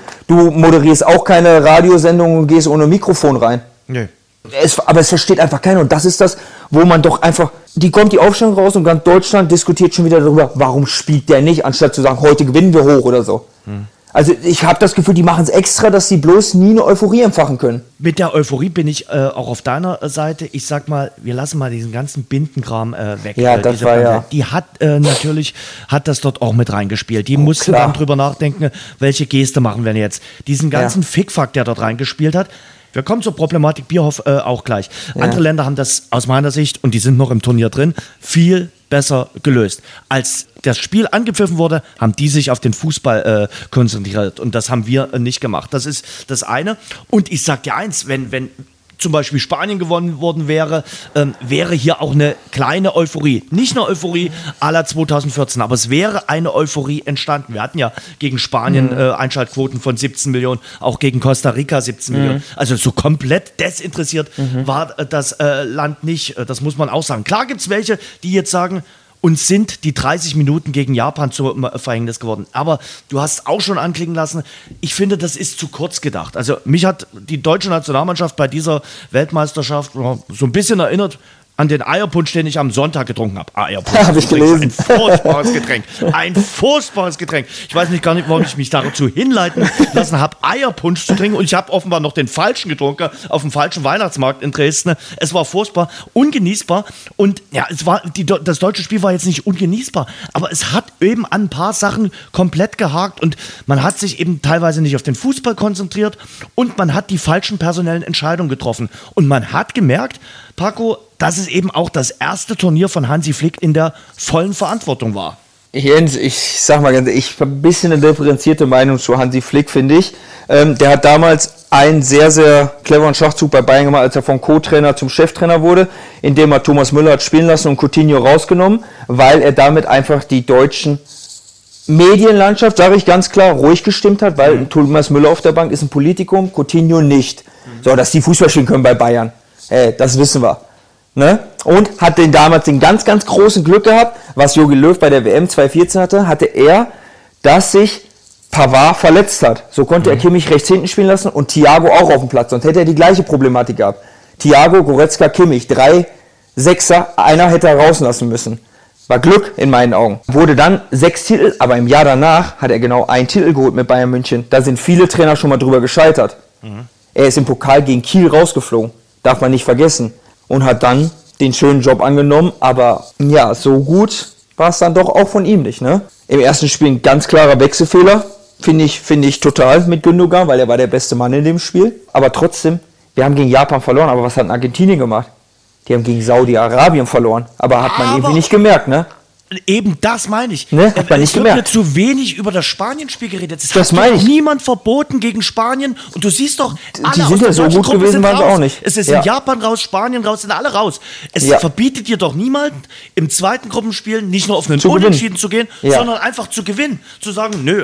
du moderierst auch keine Radiosendung und gehst ohne Mikrofon rein. Nee. Aber es versteht einfach keiner. Und das ist das, wo man doch einfach, kommt die Aufstellung raus und ganz Deutschland diskutiert schon wieder darüber, warum spielt der nicht, anstatt zu sagen, heute gewinnen wir hoch oder so. Also ich habe das Gefühl, die machen es extra, dass sie bloß nie eine Euphorie empfachen können. Mit der Euphorie bin ich auch auf deiner Seite. Ich sag mal, wir lassen mal diesen ganzen Bindenkram weg. Ja, das war ja. Die hat natürlich, hat das dort auch mit reingespielt. Die mussten dann drüber nachdenken, welche Geste machen wir jetzt. Diesen ganzen Fickfuck, der dort reingespielt hat. Wir kommen zur Problematik Bierhoff auch gleich. Ja. Andere Länder haben das aus meiner Sicht, und die sind noch im Turnier drin, viel besser gelöst. Als das Spiel angepfiffen wurde, haben die sich auf den Fußball konzentriert. Und das haben wir nicht gemacht. Das ist das eine. Und ich sag dir eins, wenn zum Beispiel Spanien gewonnen worden wäre, wäre hier auch eine kleine Euphorie. Nicht eine Euphorie à la 2014, aber es wäre eine Euphorie entstanden. Wir hatten ja gegen Spanien Einschaltquoten von 17 Millionen, auch gegen Costa Rica 17 Millionen. Also so komplett desinteressiert war das Land nicht. Das muss man auch sagen. Klar gibt es welche, die jetzt sagen, uns sind die 30 Minuten gegen Japan zum Verhängnis geworden. Aber du hast auch schon anklingen lassen, ich finde, das ist zu kurz gedacht. Also mich hat die deutsche Nationalmannschaft bei dieser Weltmeisterschaft so ein bisschen erinnert an den Eierpunsch, den ich am Sonntag getrunken habe. Eierpunsch. Habe ich gelesen. Ein furchtbares Getränk. Ein furchtbares Getränk. Ich weiß nicht gar nicht, warum ich mich dazu hinleiten lassen habe, Eierpunsch zu trinken. Und ich habe offenbar noch den falschen getrunken, auf dem falschen Weihnachtsmarkt in Dresden. Es war furchtbar, ungenießbar. Und ja, das deutsche Spiel war jetzt nicht ungenießbar, aber es hat eben an ein paar Sachen komplett gehakt. Und man hat sich eben teilweise nicht auf den Fußball konzentriert. Und man hat die falschen personellen Entscheidungen getroffen. Und man hat gemerkt, Paco, dass es eben auch das erste Turnier von Hansi Flick in der vollen Verantwortung war. Jens, ich sag mal ganz ehrlich, ich habe ein bisschen eine differenzierte Meinung zu Hansi Flick, finde ich. Der hat damals einen sehr, sehr cleveren Schachzug bei Bayern gemacht, als er vom Co-Trainer zum Cheftrainer wurde, indem er Thomas Müller hat spielen lassen und Coutinho rausgenommen, weil er damit einfach die deutschen Medienlandschaft, sage ich ganz klar, ruhig gestimmt hat, weil Thomas Müller auf der Bank ist ein Politikum, Coutinho nicht. So, dass die Fußball spielen können bei Bayern. Das wissen wir. Ne? Und hat damals den ganz, ganz großen Glück gehabt, was Jogi Löw bei der WM 2014 hatte er, dass sich Pavard verletzt hat. So konnte er Kimmich rechts hinten spielen lassen und Thiago auch auf dem Platz. Sonst hätte er die gleiche Problematik gehabt. Thiago, Goretzka, Kimmich, 3 Sechser, einer hätte er rauslassen müssen. War Glück in meinen Augen. Wurde dann 6 Titel, aber im Jahr danach hat er genau 1 Titel geholt mit Bayern München. Da sind viele Trainer schon mal drüber gescheitert. Er ist im Pokal gegen Kiel rausgeflogen. Darf man nicht vergessen. Und hat dann den schönen Job angenommen. Aber ja, so gut war es dann doch auch von ihm nicht. Ne? Im ersten Spiel ein ganz klarer Wechselfehler. Finde ich total mit Gündogan, weil er war der beste Mann in dem Spiel. Aber trotzdem, wir haben gegen Japan verloren. Aber was hat Argentinien gemacht? Die haben gegen Saudi-Arabien verloren. Aber hat man irgendwie nicht gemerkt, ne? Eben das meine ich. Ne? Hat man nicht gemerkt. Es wird zu wenig über das Spanien-Spiel geredet. Es das hat niemand verboten gegen Spanien. Und du siehst doch, alle die sind ja so gut gewesen, waren sie auch nicht. Es ist in Japan raus, Spanien raus, sind alle raus. Es verbietet dir doch niemand, im zweiten Gruppenspiel nicht nur auf einen Unentschieden zu gehen, sondern einfach zu gewinnen. Zu sagen, nö,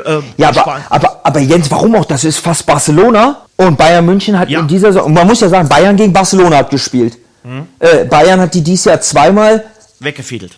aber Jens, warum auch? Das ist fast Barcelona. Und Bayern München hat in dieser Saison, und man muss ja sagen, Bayern gegen Barcelona hat gespielt. Bayern hat die dieses Jahr zweimal weggefegt.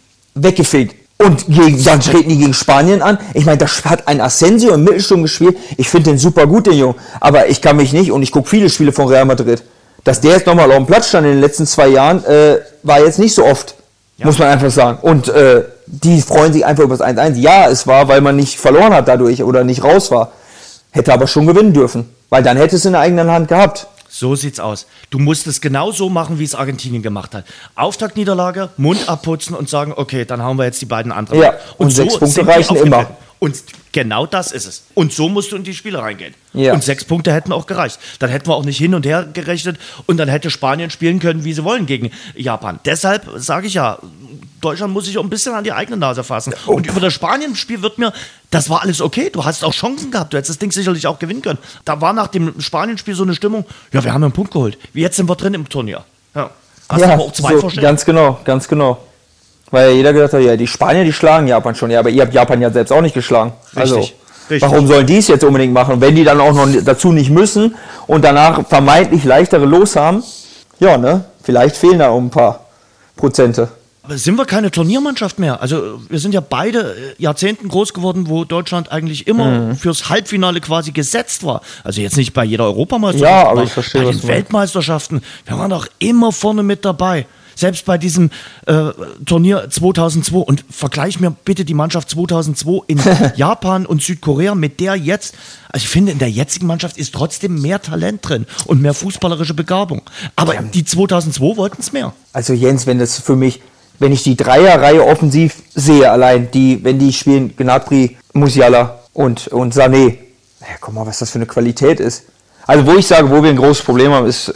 Und dann treten die gegen Spanien an. Ich meine, da hat ein Asensio im Mittelsturm gespielt. Ich finde den super gut, den Jungen. Aber ich kann mich nicht, und ich gucke viele Spiele von Real Madrid, dass der jetzt nochmal auf dem Platz stand in den letzten 2 Jahren, war jetzt nicht so oft, muss man einfach sagen. Und die freuen sich einfach über das 1-1. Ja, es war, weil man nicht verloren hat dadurch oder nicht raus war. Hätte aber schon gewinnen dürfen. Weil dann hätte es in der eigenen Hand gehabt. So sieht's aus. Du musst es genau so machen, wie es Argentinien gemacht hat. Auftaktniederlage, Mund abputzen und sagen, okay, dann hauen wir jetzt die beiden anderen. Ja, und 6 Punkte reichen immer. Und genau das ist es. Und so musst du in die Spiele reingehen. Ja. Und 6 Punkte hätten auch gereicht. Dann hätten wir auch nicht hin und her gerechnet und dann hätte Spanien spielen können, wie sie wollen gegen Japan. Deshalb sage ich ja, Deutschland muss sich auch ein bisschen an die eigene Nase fassen. Und über das Spanien-Spiel wird mir, das war alles okay. Du hast auch Chancen gehabt. Du hättest das Ding sicherlich auch gewinnen können. Da war nach dem Spanien-Spiel so eine Stimmung, ja, wir haben einen Punkt geholt. Jetzt sind wir drin im Turnier. Ja. Hast du aber auch 2 vorstellen? Ganz genau. Weil jeder gedacht hat, ja, die Spanier, die schlagen Japan schon. Ja, aber ihr habt Japan ja selbst auch nicht geschlagen. Richtig. Warum sollen die es jetzt unbedingt machen? Wenn die dann auch noch dazu nicht müssen und danach vermeintlich leichtere Los haben, ja, ne? Vielleicht fehlen da auch ein paar Prozente. Aber sind wir keine Turniermannschaft mehr? Also wir sind ja beide Jahrzehnten groß geworden, wo Deutschland eigentlich immer fürs Halbfinale quasi gesetzt war. Also jetzt nicht bei jeder Europameisterschaft, ja, aber ich verstehe, bei den Weltmeisterschaften. Wir waren doch immer vorne mit dabei. Selbst bei diesem Turnier 2002. Und vergleich mir bitte die Mannschaft 2002 in Japan und Südkorea mit der jetzt. Also ich finde, in der jetzigen Mannschaft ist trotzdem mehr Talent drin und mehr fußballerische Begabung. Aber die 2002 wollten es mehr. Also Jens, wenn das für mich, wenn ich die Dreierreihe offensiv sehe, allein, wenn die spielen, Gnabry, Musiala und Sané. Ja, guck mal, was das für eine Qualität ist. Also wo ich sage, wo wir ein großes Problem haben, ist,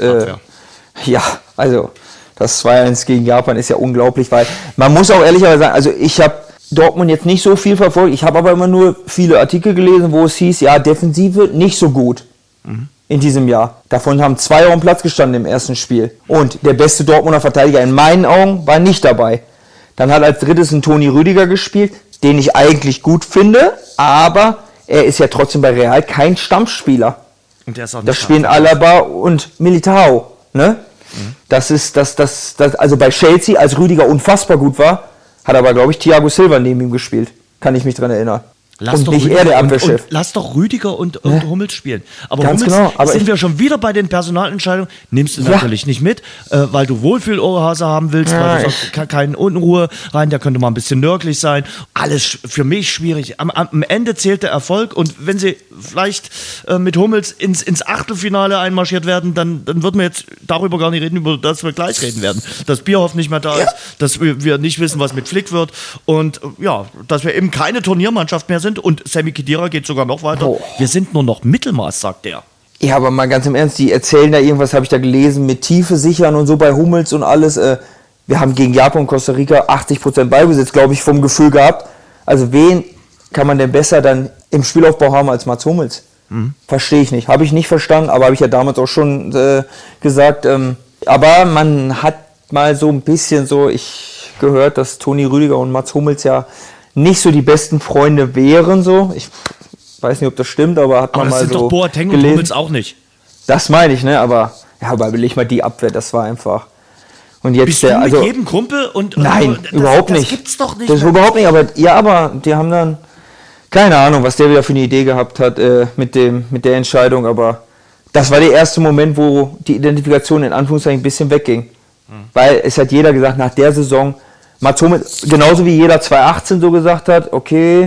also das 2-1 gegen Japan ist ja unglaublich, weil man muss auch ehrlicherweise sagen, also ich habe Dortmund jetzt nicht so viel verfolgt, ich habe aber immer nur viele Artikel gelesen, wo es hieß, ja, Defensive nicht so gut in diesem Jahr. Davon haben 2 auf dem Platz gestanden im ersten Spiel. Und der beste Dortmunder Verteidiger in meinen Augen war nicht dabei. Dann hat als drittes ein Toni Rüdiger gespielt, den ich eigentlich gut finde, aber er ist ja trotzdem bei Real kein Stammspieler. Und der ist auch nicht da spielen Alaba und Militao, ne? Das ist also bei Chelsea, als Rüdiger unfassbar gut war, hat aber, glaube ich, Thiago Silva neben ihm gespielt. Kann ich mich dran erinnern. Lass doch Rüdiger der Abwehrchef. Lass doch Rüdiger und Hummels spielen. Aber Ganz Hummels, genau, aber sind wir schon wieder bei den Personalentscheidungen. Nimmst du natürlich nicht mit, weil du Wohlfühl-Ohrhase haben willst, weil du sagst, keine Unruhe rein, der könnte mal ein bisschen nörglich sein. Alles für mich schwierig. Am Ende zählt der Erfolg und wenn sie vielleicht mit Hummels ins Achtelfinale einmarschiert werden, dann würden wir jetzt darüber gar nicht reden, über das wir gleich reden werden. Dass Bierhoff nicht mehr da ist, dass wir nicht wissen, was mit Flick wird und dass wir eben keine Turniermannschaft mehr sind. Und Sami Khedira geht sogar noch weiter. Wir sind nur noch Mittelmaß, sagt er. Ja, aber mal ganz im Ernst, die erzählen da irgendwas, habe ich da gelesen, mit Tiefe sichern und so bei Hummels und alles. Wir haben gegen Japan und Costa Rica 80% Ballbesitz, glaube ich, vom Gefühl gehabt. Also wen kann man denn besser dann im Spielaufbau haben als Mats Hummels? Verstehe ich nicht. Habe ich nicht verstanden, aber habe ich ja damals auch schon gesagt. Aber man hat mal so ein bisschen ich gehört, dass Toni Rüdiger und Mats Hummels ja nicht so die besten Freunde wären, so. Ich weiß nicht, ob das stimmt, aber hat man mal so gelesen. Aber das sind doch Boateng und Hummels auch nicht. Das meine ich, ne, aber überleg mal die Abwehr, das war einfach. Und jetzt bist du mit jedem Kumpel und nein, überhaupt nicht. Das gibt's doch nicht. Das ist überhaupt nicht, aber die haben dann keine Ahnung, was der wieder für eine Idee gehabt hat mit der Entscheidung, aber das war der erste Moment, wo die Identifikation in Anführungszeichen ein bisschen wegging. Weil es hat jeder gesagt, nach der Saison Mats Hummels, genauso wie jeder 2018 so gesagt hat, okay,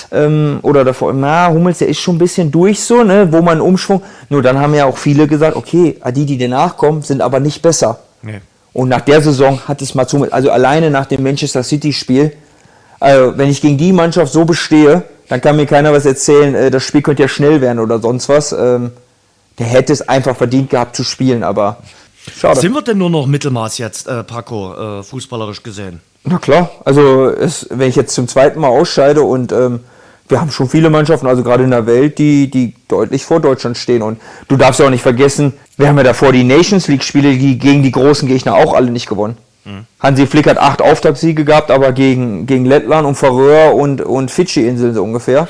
oder davor, Hummels, der ist schon ein bisschen durch so, ne, wo man einen Umschwung, nur dann haben ja auch viele gesagt, okay, die danach kommen, sind aber nicht besser. Nee. Und nach der Saison hat es Mats Hummels, also alleine nach dem Manchester City-Spiel, wenn ich gegen die Mannschaft so bestehe, dann kann mir keiner was erzählen, das Spiel könnte ja schnell werden oder sonst was. Der hätte es einfach verdient gehabt zu spielen, aber schade. Sind wir denn nur noch Mittelmaß jetzt, Paco, fußballerisch gesehen? Na klar, also wenn ich jetzt zum zweiten Mal ausscheide und wir haben schon viele Mannschaften, also gerade in der Welt, die deutlich vor Deutschland stehen. Und du darfst ja auch nicht vergessen, wir haben ja davor die Nations League-Spiele, die gegen die großen Gegner auch alle nicht gewonnen. Hansi Flick hat 8 Auftaktsiege gehabt, aber gegen Lettland und Färöer und Fidschi-Inseln so ungefähr.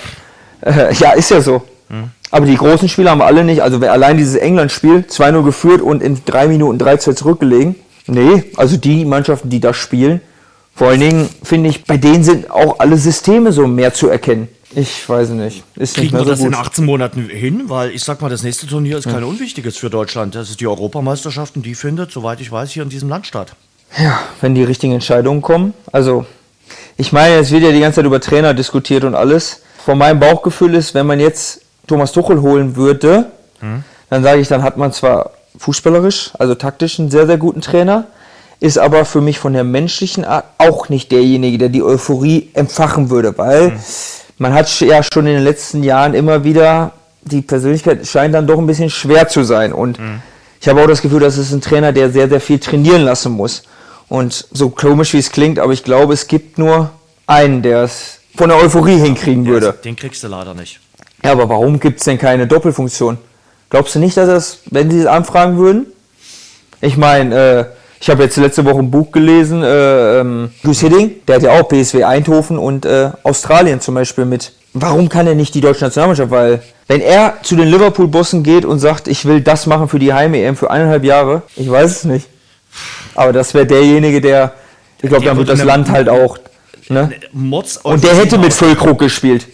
Ja, ist ja so. Aber die großen Spiele haben wir alle nicht. Also allein dieses England-Spiel, 2-0 geführt und in 3 Minuten 3-2 zurückgelegen. Nee, also die Mannschaften, die da spielen, vor allen Dingen, finde ich, bei denen sind auch alle Systeme so mehr zu erkennen. Ich weiß nicht. Ist Kriegen nicht mehr wir so das gut. in 18 Monaten hin? Weil ich sag mal, das nächste Turnier ist kein Unwichtiges für Deutschland. Das ist die Europameisterschaft und die findet, soweit ich weiß, hier in diesem Land statt. Ja, wenn die richtigen Entscheidungen kommen. Also, ich meine, es wird ja die ganze Zeit über Trainer diskutiert und alles. Von meinem Bauchgefühl ist, wenn man jetzt Thomas Tuchel holen würde, dann sage ich, dann hat man zwar fußballerisch, also taktisch einen sehr, sehr guten Trainer, ist aber für mich von der menschlichen Art auch nicht derjenige, der die Euphorie entfachen würde, weil man hat ja schon in den letzten Jahren immer wieder, die Persönlichkeit scheint dann doch ein bisschen schwer zu sein und ich habe auch das Gefühl, dass es ein Trainer, der sehr, sehr viel trainieren lassen muss und so komisch wie es klingt, aber ich glaube, es gibt nur einen, der es von der Euphorie hinkriegen würde. Den kriegst du leider nicht. Ja, aber warum gibt es denn keine Doppelfunktion? Glaubst du nicht, dass das, wenn sie es anfragen würden? Ich meine, ich habe jetzt letzte Woche ein Buch gelesen, Bruce Hiddink, der hat ja auch PSV Eindhoven und Australien zum Beispiel mit. Warum kann er nicht die deutsche Nationalmannschaft? Weil, wenn er zu den Liverpool-Bossen geht und sagt, ich will das machen für die Heim-EM für 1,5 Jahre, ich weiß es nicht. Aber das wäre derjenige, der, ich glaube, dann wird das Land halt auch... Ne? Und der hätte mit Füllkrug gespielt.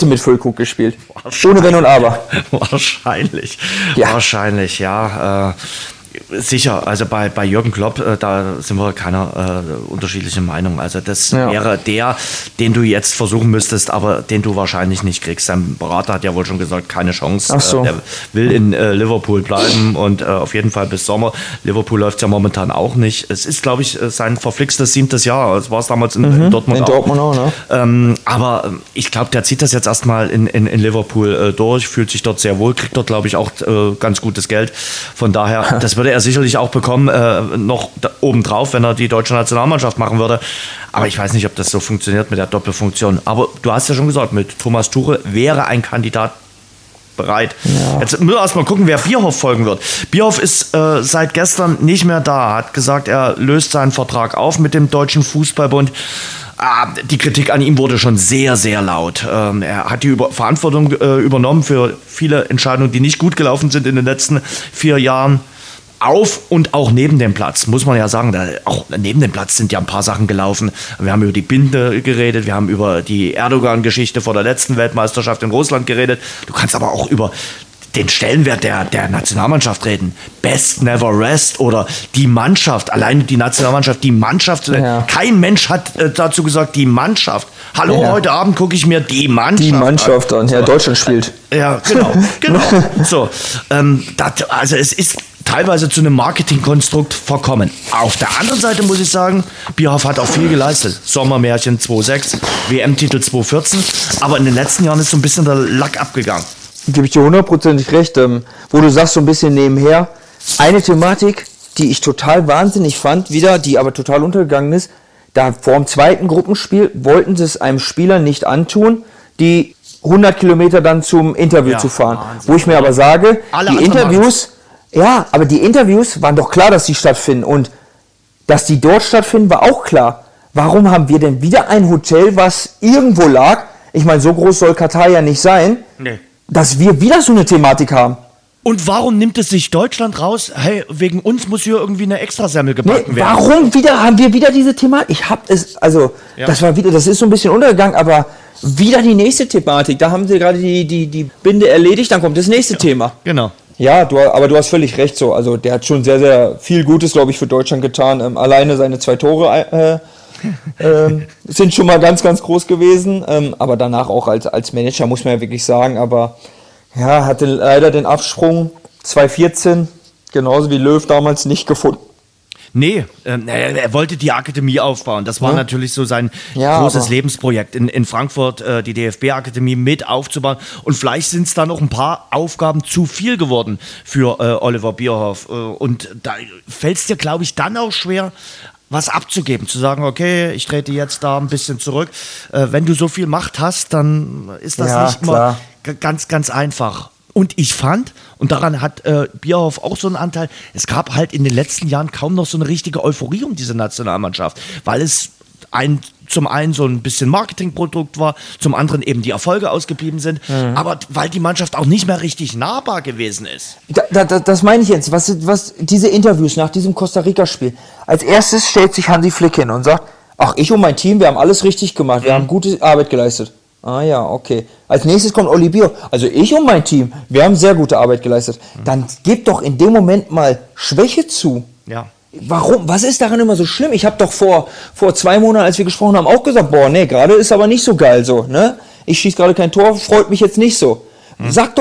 Ohne Wenn und Aber. Wahrscheinlich. Ja. Wahrscheinlich, ja. Sicher, also bei Jürgen Klopp, da sind wir keiner unterschiedlichen Meinung. Also das wäre der, den du jetzt versuchen müsstest, aber den du wahrscheinlich nicht kriegst. Sein Berater hat ja wohl schon gesagt, keine Chance. Ach so. Der will in Liverpool bleiben und auf jeden Fall bis Sommer. Liverpool läuft ja momentan auch nicht. Es ist, glaube ich, sein verflixtes 7. Jahr. Das war es damals in Dortmund auch. Dortmund auch, ne? Aber ich glaube, der zieht das jetzt erstmal in Liverpool durch, fühlt sich dort sehr wohl, kriegt dort, glaube ich, auch ganz gutes Geld. Von daher, das würde er sicherlich auch bekommen, noch obendrauf, wenn er die deutsche Nationalmannschaft machen würde. Aber ich weiß nicht, ob das so funktioniert mit der Doppelfunktion. Aber du hast ja schon gesagt, mit Thomas Tuchel wäre ein Kandidat bereit. Ja. Jetzt müssen wir erstmal gucken, wer Bierhoff folgen wird. Bierhoff ist seit gestern nicht mehr da, hat gesagt, er löst seinen Vertrag auf mit dem Deutschen Fußballbund. Die Kritik an ihm wurde schon sehr, sehr laut. Er hat die Verantwortung übernommen für viele Entscheidungen, die nicht gut gelaufen sind in den letzten 4 Jahren. Auf und auch neben dem Platz, muss man ja sagen, auch neben dem Platz sind ja ein paar Sachen gelaufen. Wir haben über die Binde geredet, wir haben über die Erdogan-Geschichte vor der letzten Weltmeisterschaft in Russland geredet. Du kannst aber auch über den Stellenwert der Nationalmannschaft reden. Best never rest oder die Mannschaft, alleine die Nationalmannschaft, die Mannschaft. Ja. Kein Mensch hat dazu gesagt, die Mannschaft. Hallo, heute Abend gucke ich mir die Mannschaft an. Ja, Deutschland spielt. Ja, genau. So, also es ist teilweise zu einem Marketingkonstrukt verkommen. Auf der anderen Seite muss ich sagen, Bierhoff hat auch viel geleistet. Sommermärchen 2.6, WM-Titel 2.14, aber in den letzten Jahren ist so ein bisschen der Lack abgegangen. Gebe ich dir 100% recht, wo du sagst so ein bisschen nebenher, eine Thematik, die ich total wahnsinnig fand, wieder, die aber total untergegangen ist, da vor dem zweiten Gruppenspiel wollten sie es einem Spieler nicht antun, die 100 Kilometer dann zum Interview zu fahren. Wahnsinn. Wo ich mir aber sage, die Interviews... Ja, aber die Interviews waren doch klar, dass die stattfinden und dass die dort stattfinden, war auch klar. Warum haben wir denn wieder ein Hotel, was irgendwo lag? Ich meine, so groß soll Katar ja nicht sein, dass wir wieder so eine Thematik haben. Und warum nimmt es sich Deutschland raus? Hey, wegen uns muss hier irgendwie eine Extrasemmel gebacken werden. Warum haben wir wieder diese Thematik? Das ist so ein bisschen untergegangen, aber wieder die nächste Thematik. Da haben sie gerade die Binde erledigt, dann kommt das nächste Thema. Genau. Ja, aber du hast völlig recht so. Also der hat schon sehr, sehr viel Gutes, glaube ich, für Deutschland getan. Alleine seine 2 Tore sind schon mal ganz, ganz groß gewesen. Aber danach auch als Manager, muss man ja wirklich sagen. Aber ja, hatte leider den Absprung 2014, genauso wie Löw damals, nicht gefunden. Nee, er wollte die Akademie aufbauen. Das war natürlich so sein großes Lebensprojekt, in Frankfurt die DFB-Akademie mit aufzubauen. Und vielleicht sind es da noch ein paar Aufgaben zu viel geworden für Oliver Bierhoff. Und da fällt es dir, glaube ich, dann auch schwer, was abzugeben. Zu sagen, okay, ich trete jetzt da ein bisschen zurück. Wenn du so viel Macht hast, dann ist das nicht immer ganz, ganz einfach. Und ich fand, und daran hat Bierhoff auch so einen Anteil, es gab halt in den letzten Jahren kaum noch so eine richtige Euphorie um diese Nationalmannschaft, weil es zum einen so ein bisschen Marketingprodukt war, zum anderen eben die Erfolge ausgeblieben sind, aber weil die Mannschaft auch nicht mehr richtig nahbar gewesen ist. Das meine ich jetzt, was diese Interviews nach diesem Costa-Rica-Spiel, als erstes stellt sich Hansi Flick hin und sagt, ach, ich und mein Team, wir haben alles richtig gemacht, wir haben gute Arbeit geleistet. Ah ja, okay. Als nächstes kommt Oli Bierhoff. Also ich und mein Team, wir haben sehr gute Arbeit geleistet. Dann gib doch in dem Moment mal Schwäche zu. Ja. Warum? Was ist daran immer so schlimm? Ich habe doch vor 2 Monaten, als wir gesprochen haben, auch gesagt, gerade ist aber nicht so geil so. Ne? Ich schieße gerade kein Tor, freut mich jetzt nicht so. Sag doch,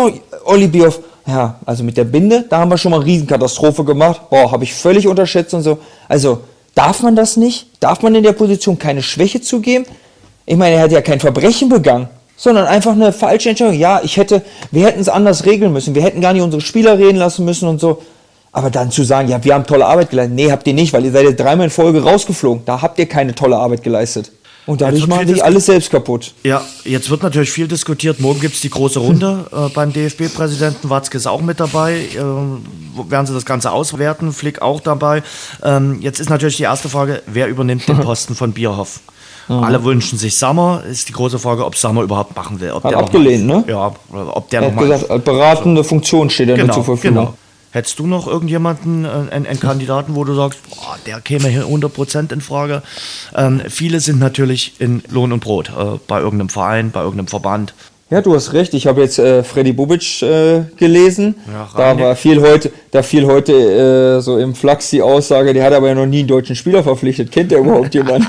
Olli Bierhoff, ja, also mit der Binde, da haben wir schon mal eine Riesenkatastrophe gemacht. Boah, habe ich völlig unterschätzt und so. Also, darf man das nicht? Darf man in der Position keine Schwäche zugeben? Ich meine, er hat ja kein Verbrechen begangen, sondern einfach eine falsche Entscheidung. Ja, wir hätten es anders regeln müssen. Wir hätten gar nicht unsere Spieler reden lassen müssen und so. Aber dann zu sagen, ja, wir haben tolle Arbeit geleistet. Nee, habt ihr nicht, weil ihr seid jetzt 3-mal in Folge rausgeflogen. Da habt ihr keine tolle Arbeit geleistet. Und dadurch machen die alles selbst kaputt. Ja, jetzt wird natürlich viel diskutiert. Morgen gibt es die große Runde beim DFB-Präsidenten. Watzke ist auch mit dabei. Werden sie das Ganze auswerten? Flick auch dabei. Jetzt ist natürlich die erste Frage, wer übernimmt den Posten von Bierhoff? Alle wünschen sich Sammer. Ist die große Frage, ob Sammer überhaupt machen will. Hat abgelehnt, ne? Ja, ob der er hat gesagt, als beratende Funktion steht er nur zur Verfügung. Genau. Hättest du noch irgendjemanden, einen Kandidaten, wo du sagst, boah, der käme hier 100% in Frage? Viele sind natürlich in Lohn und Brot, bei irgendeinem Verein, bei irgendeinem Verband. Ja, du hast recht. Ich habe jetzt Freddy Bobic gelesen. Ja, da fiel heute so im Flachs die Aussage, der hat aber ja noch nie einen deutschen Spieler verpflichtet. Kennt der überhaupt jemanden?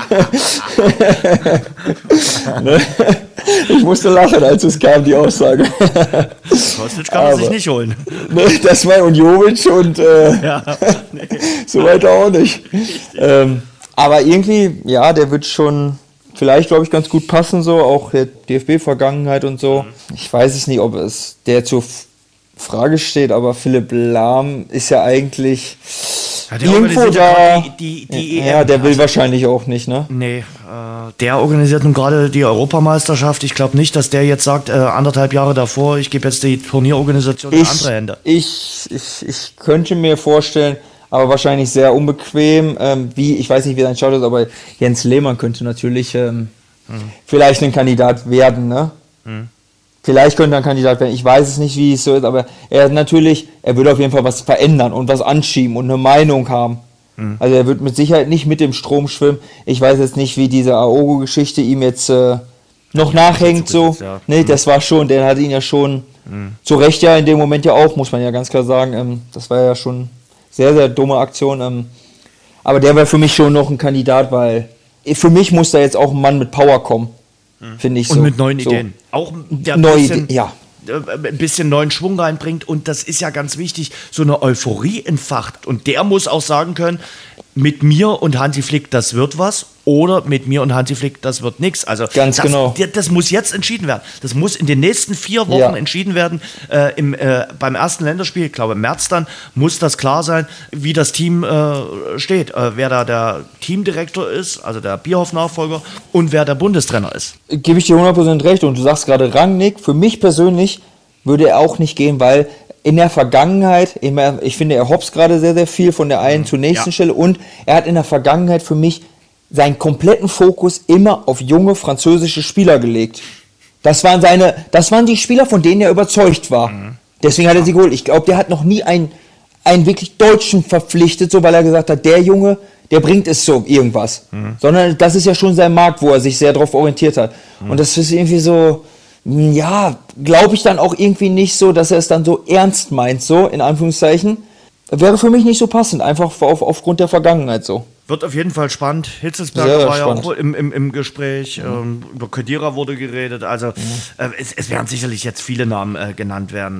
Ne? Ich musste lachen, als es kam, die Aussage. Kostic kann man sich nicht holen. Ne, das war und Jovic und so weiter auch nicht. Aber irgendwie, ja, der wird schon vielleicht, glaube ich, ganz gut passen, so, auch der DFB-Vergangenheit und so. Ich weiß es nicht, ob es der zur Frage steht, aber Philipp Lahm ist ja eigentlich irgendwo da. Ja, der will wahrscheinlich auch nicht, ne? Nee, der organisiert nun gerade die Europameisterschaft. Ich glaube nicht, dass der jetzt sagt, 1,5 Jahre davor, ich gebe jetzt die Turnierorganisation in andere Hände. Ich könnte mir vorstellen, aber wahrscheinlich sehr unbequem, ich weiß nicht, wie dein Schaut ist, aber Jens Lehmann könnte natürlich vielleicht ein Kandidat werden, ne? Vielleicht könnte er ein Kandidat werden, ich weiß es nicht, wie es so ist, aber er würde auf jeden Fall was verändern und was anschieben und eine Meinung haben. Also er wird mit Sicherheit nicht mit dem Strom schwimmen. Ich weiß jetzt nicht, wie diese Aogo-Geschichte ihm jetzt noch nachhängt, so. Ja. Nee, das war schon, der hat ihn ja schon zu Recht ja in dem Moment ja auch, muss man ja ganz klar sagen, das war ja schon sehr, sehr dumme Aktion. Aber der wäre für mich schon noch ein Kandidat, weil für mich muss da jetzt auch ein Mann mit Power kommen, finde ich so. Und mit neuen Ideen. Auch der ein bisschen neuen Schwung reinbringt. Und das ist ja ganz wichtig, so eine Euphorie entfacht. Und der muss auch sagen können, mit mir und Hansi Flick, das wird was. Oder mit mir und Hansi Flick, das wird nichts. Also ganz genau. Das muss jetzt entschieden werden. Das muss in den nächsten 4 Wochen entschieden werden. Beim ersten Länderspiel, ich glaube im März dann, muss das klar sein, wie das Team steht. Wer da der Teamdirektor ist, also der Bierhoff-Nachfolger, und wer der Bundestrainer ist. Gebe ich dir 100% recht. Und du sagst gerade Rangnick. Für mich persönlich würde er auch nicht gehen, weil in der Vergangenheit, ich finde, er hopst gerade sehr, sehr viel von der einen zur nächsten Stelle. Und er hat in der Vergangenheit für mich seinen kompletten Fokus immer auf junge französische Spieler gelegt. Das waren die Spieler, von denen er überzeugt war. Deswegen hat er sie geholt. Ich glaube, der hat noch nie einen wirklich Deutschen verpflichtet, so weil er gesagt hat, der Junge, der bringt es so irgendwas. Sondern das ist ja schon sein Markt, wo er sich sehr darauf orientiert hat. Und das ist irgendwie so, ja, glaube ich dann auch irgendwie nicht so, dass er es dann so ernst meint, so in Anführungszeichen. Wäre für mich nicht so passend, einfach aufgrund der Vergangenheit so. Wird auf jeden Fall spannend. Hitzelsberger war ja auch im Gespräch. Über Khedira wurde geredet. Also es werden sicherlich jetzt viele Namen genannt werden.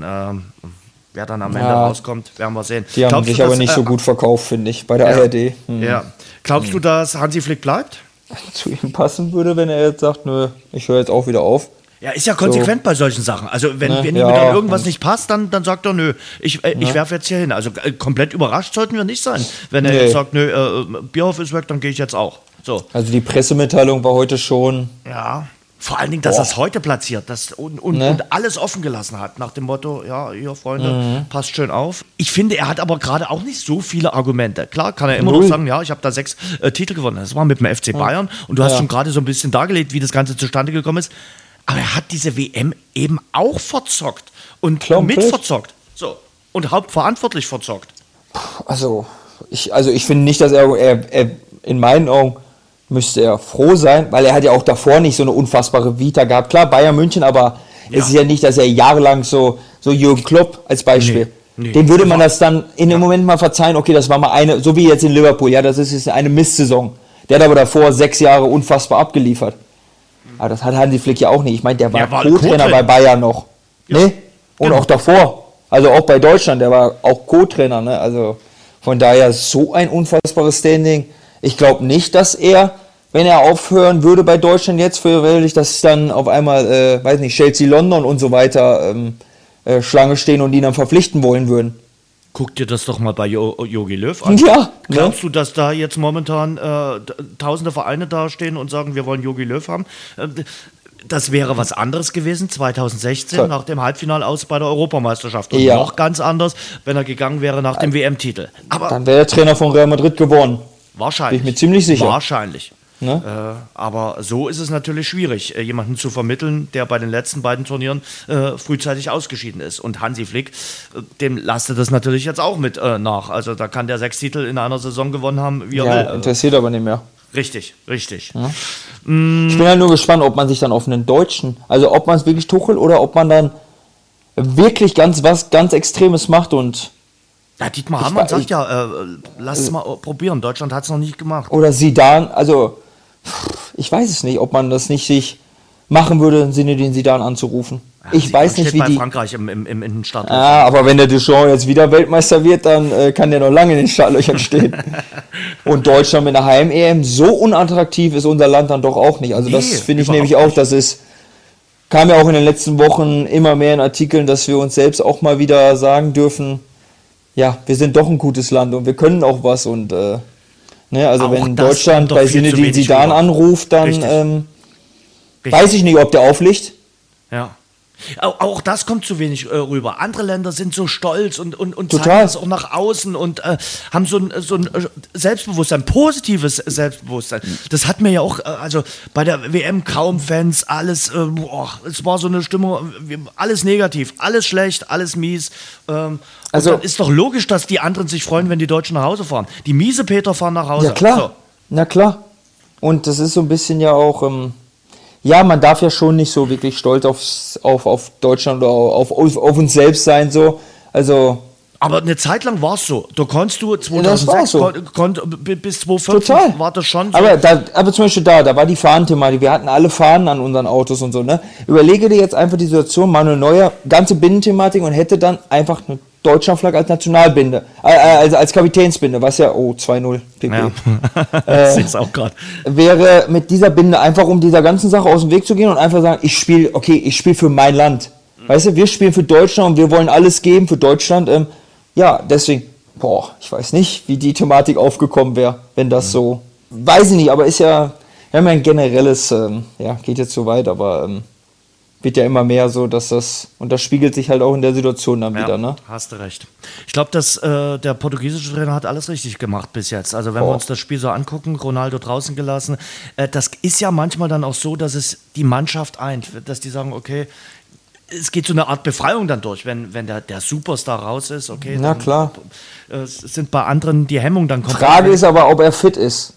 Wer dann am Ende rauskommt, werden wir sehen. Die haben sich aber nicht so gut verkauft, finde ich, bei der ARD. Ja. Glaubst du, dass Hansi Flick bleibt? Zu ihm passen würde, wenn er jetzt sagt, nö, ich höre jetzt auch wieder auf. Ja, ist ja konsequent bei solchen Sachen. Also wenn ihm dann irgendwas nicht passt, dann sagt er, nö, ich werfe jetzt hier hin. Also komplett überrascht sollten wir nicht sein. Wenn er jetzt sagt, nö, Bierhoff ist weg, dann gehe ich jetzt auch. So. Also die Pressemitteilung war heute schon... Ja, vor allen Dingen, dass er es heute platziert und alles offen gelassen hat. Nach dem Motto, ja, ihr Freunde, passt schön auf. Ich finde, er hat aber gerade auch nicht so viele Argumente. Klar kann er immer noch sagen, ja, ich habe da 6 Titel gewonnen. Das war mit dem FC Bayern. Und du hast schon gerade so ein bisschen dargelegt, wie das Ganze zustande gekommen ist. Aber er hat diese WM eben auch verzockt und mitverzockt. So. Und hauptverantwortlich verzockt. Also ich finde nicht, dass er in meinen Augen müsste er froh sein, weil er hat ja auch davor nicht so eine unfassbare Vita gehabt. Klar, Bayern München, aber es ist ja nicht, dass er jahrelang so Jürgen Klopp als Beispiel. Nee, dem würde man das dann in dem Moment mal verzeihen, okay, das war mal eine, so wie jetzt in Liverpool, ja, das ist jetzt eine Mistsaison. Der hat aber davor 6 Jahre unfassbar abgeliefert. Aber das hat Hansi Flick ja auch nicht. Ich meine, der war Co-Trainer bei Bayern noch. Ja. Nee? Und auch davor. Also auch bei Deutschland, der war auch Co-Trainer, ne? Also von daher so ein unfassbares Standing. Ich glaube nicht, dass er, wenn er aufhören würde bei Deutschland jetzt, dass dann auf einmal, weiß nicht, Chelsea London und so weiter Schlange stehen und ihn dann verpflichten wollen würden. Guck dir das doch mal bei Jogi Löw an. Ja. Glaubst du, dass da jetzt momentan tausende Vereine dastehen und sagen, wir wollen Jogi Löw haben? Das wäre was anderes gewesen 2016 nach dem Halbfinale aus bei der Europameisterschaft. Und noch ganz anders, wenn er gegangen wäre nach dem WM-Titel. Aber dann wäre der Trainer von Real Madrid geworden. Wahrscheinlich. Bin ich mir ziemlich sicher. Wahrscheinlich. Ne? Aber so ist es natürlich schwierig, jemanden zu vermitteln, der bei den letzten beiden Turnieren frühzeitig ausgeschieden ist. Und Hansi Flick, dem lastet das natürlich jetzt auch mit nach. Also da kann der 6 Titel in einer Saison gewonnen haben, wie er will. Interessiert aber nicht mehr. Richtig. Ja. Ich bin halt nur gespannt, ob man sich dann auf einen Deutschen, also ob man es wirklich Tuchel oder ob man dann wirklich ganz Extremes macht und ja, Dietmar Hamann sagt lass es mal probieren. Deutschland hat es noch nicht gemacht. Oder Zidane, also ich weiß es nicht, ob man das nicht sich machen würde, im Sinne den Zidane anzurufen. Ja, ich weiß nicht, wie bei Frankreich im Start. Aber wenn der Deschamps jetzt wieder Weltmeister wird, dann kann der noch lange in den Startlöchern stehen. Und Deutschland mit einer Heim-EM, so unattraktiv ist unser Land dann doch auch nicht. Also das finde ich nämlich auch, kam ja auch in den letzten Wochen immer mehr in Artikeln, dass wir uns selbst auch mal wieder sagen dürfen, ja, wir sind doch ein gutes Land und wir können auch was. Und also wenn Deutschland bei Zinedine Zidane anruft, dann weiß ich nicht, ob der aufliegt. Ja. Auch das kommt zu wenig rüber. Andere Länder sind so stolz und zeigen das auch nach außen und haben so ein Selbstbewusstsein, positives Selbstbewusstsein. Das hat mir ja auch, also bei der WM kaum Fans, alles, es war so eine Stimmung, alles negativ, alles schlecht, alles mies. Also dann ist doch logisch, dass die anderen sich freuen, wenn die Deutschen nach Hause fahren. Die Miesepeter fahren nach Hause. Ja klar, so. Na klar. Und das ist so ein bisschen ja auch... Ja, man darf ja schon nicht so wirklich stolz auf Deutschland oder auf uns selbst sein, so. Also. Aber eine Zeit lang war es so. Da konntest du 2006 bis 2014 war das schon so. Aber zum Beispiel da war die Fahnenthematik. Wir hatten alle Fahnen an unseren Autos und so, ne? Überlege dir jetzt einfach die Situation, Manuel Neuer, ganze Binnenthematik und hätte dann einfach eine Deutschlandflagge als Nationalbinde, also als Kapitänsbinde, was ja, 2-0, ja. Das ist auch gerade. Wäre mit dieser Binde einfach, um dieser ganzen Sache aus dem Weg zu gehen und einfach sagen, ich spiele für mein Land. Weißt du, wir spielen für Deutschland und wir wollen alles geben für Deutschland. Deswegen, ich weiß nicht, wie die Thematik aufgekommen wäre, wenn das so, weiß ich nicht, aber ist ja, wir haben ja ein generelles, geht jetzt so weit, aber wird ja immer mehr so, dass und das spiegelt sich halt auch in der Situation dann wieder, ne? Hast du recht. Ich glaube, dass der portugiesische Trainer hat alles richtig gemacht bis jetzt. Also wenn wir uns das Spiel so angucken, Ronaldo draußen gelassen, das ist ja manchmal dann auch so, dass es die Mannschaft eint, dass die sagen, okay, es geht so eine Art Befreiung dann durch, wenn der Superstar raus ist, okay. Na klar. Sind bei anderen die Hemmung dann komplett. Frage ist aber, ob er fit ist.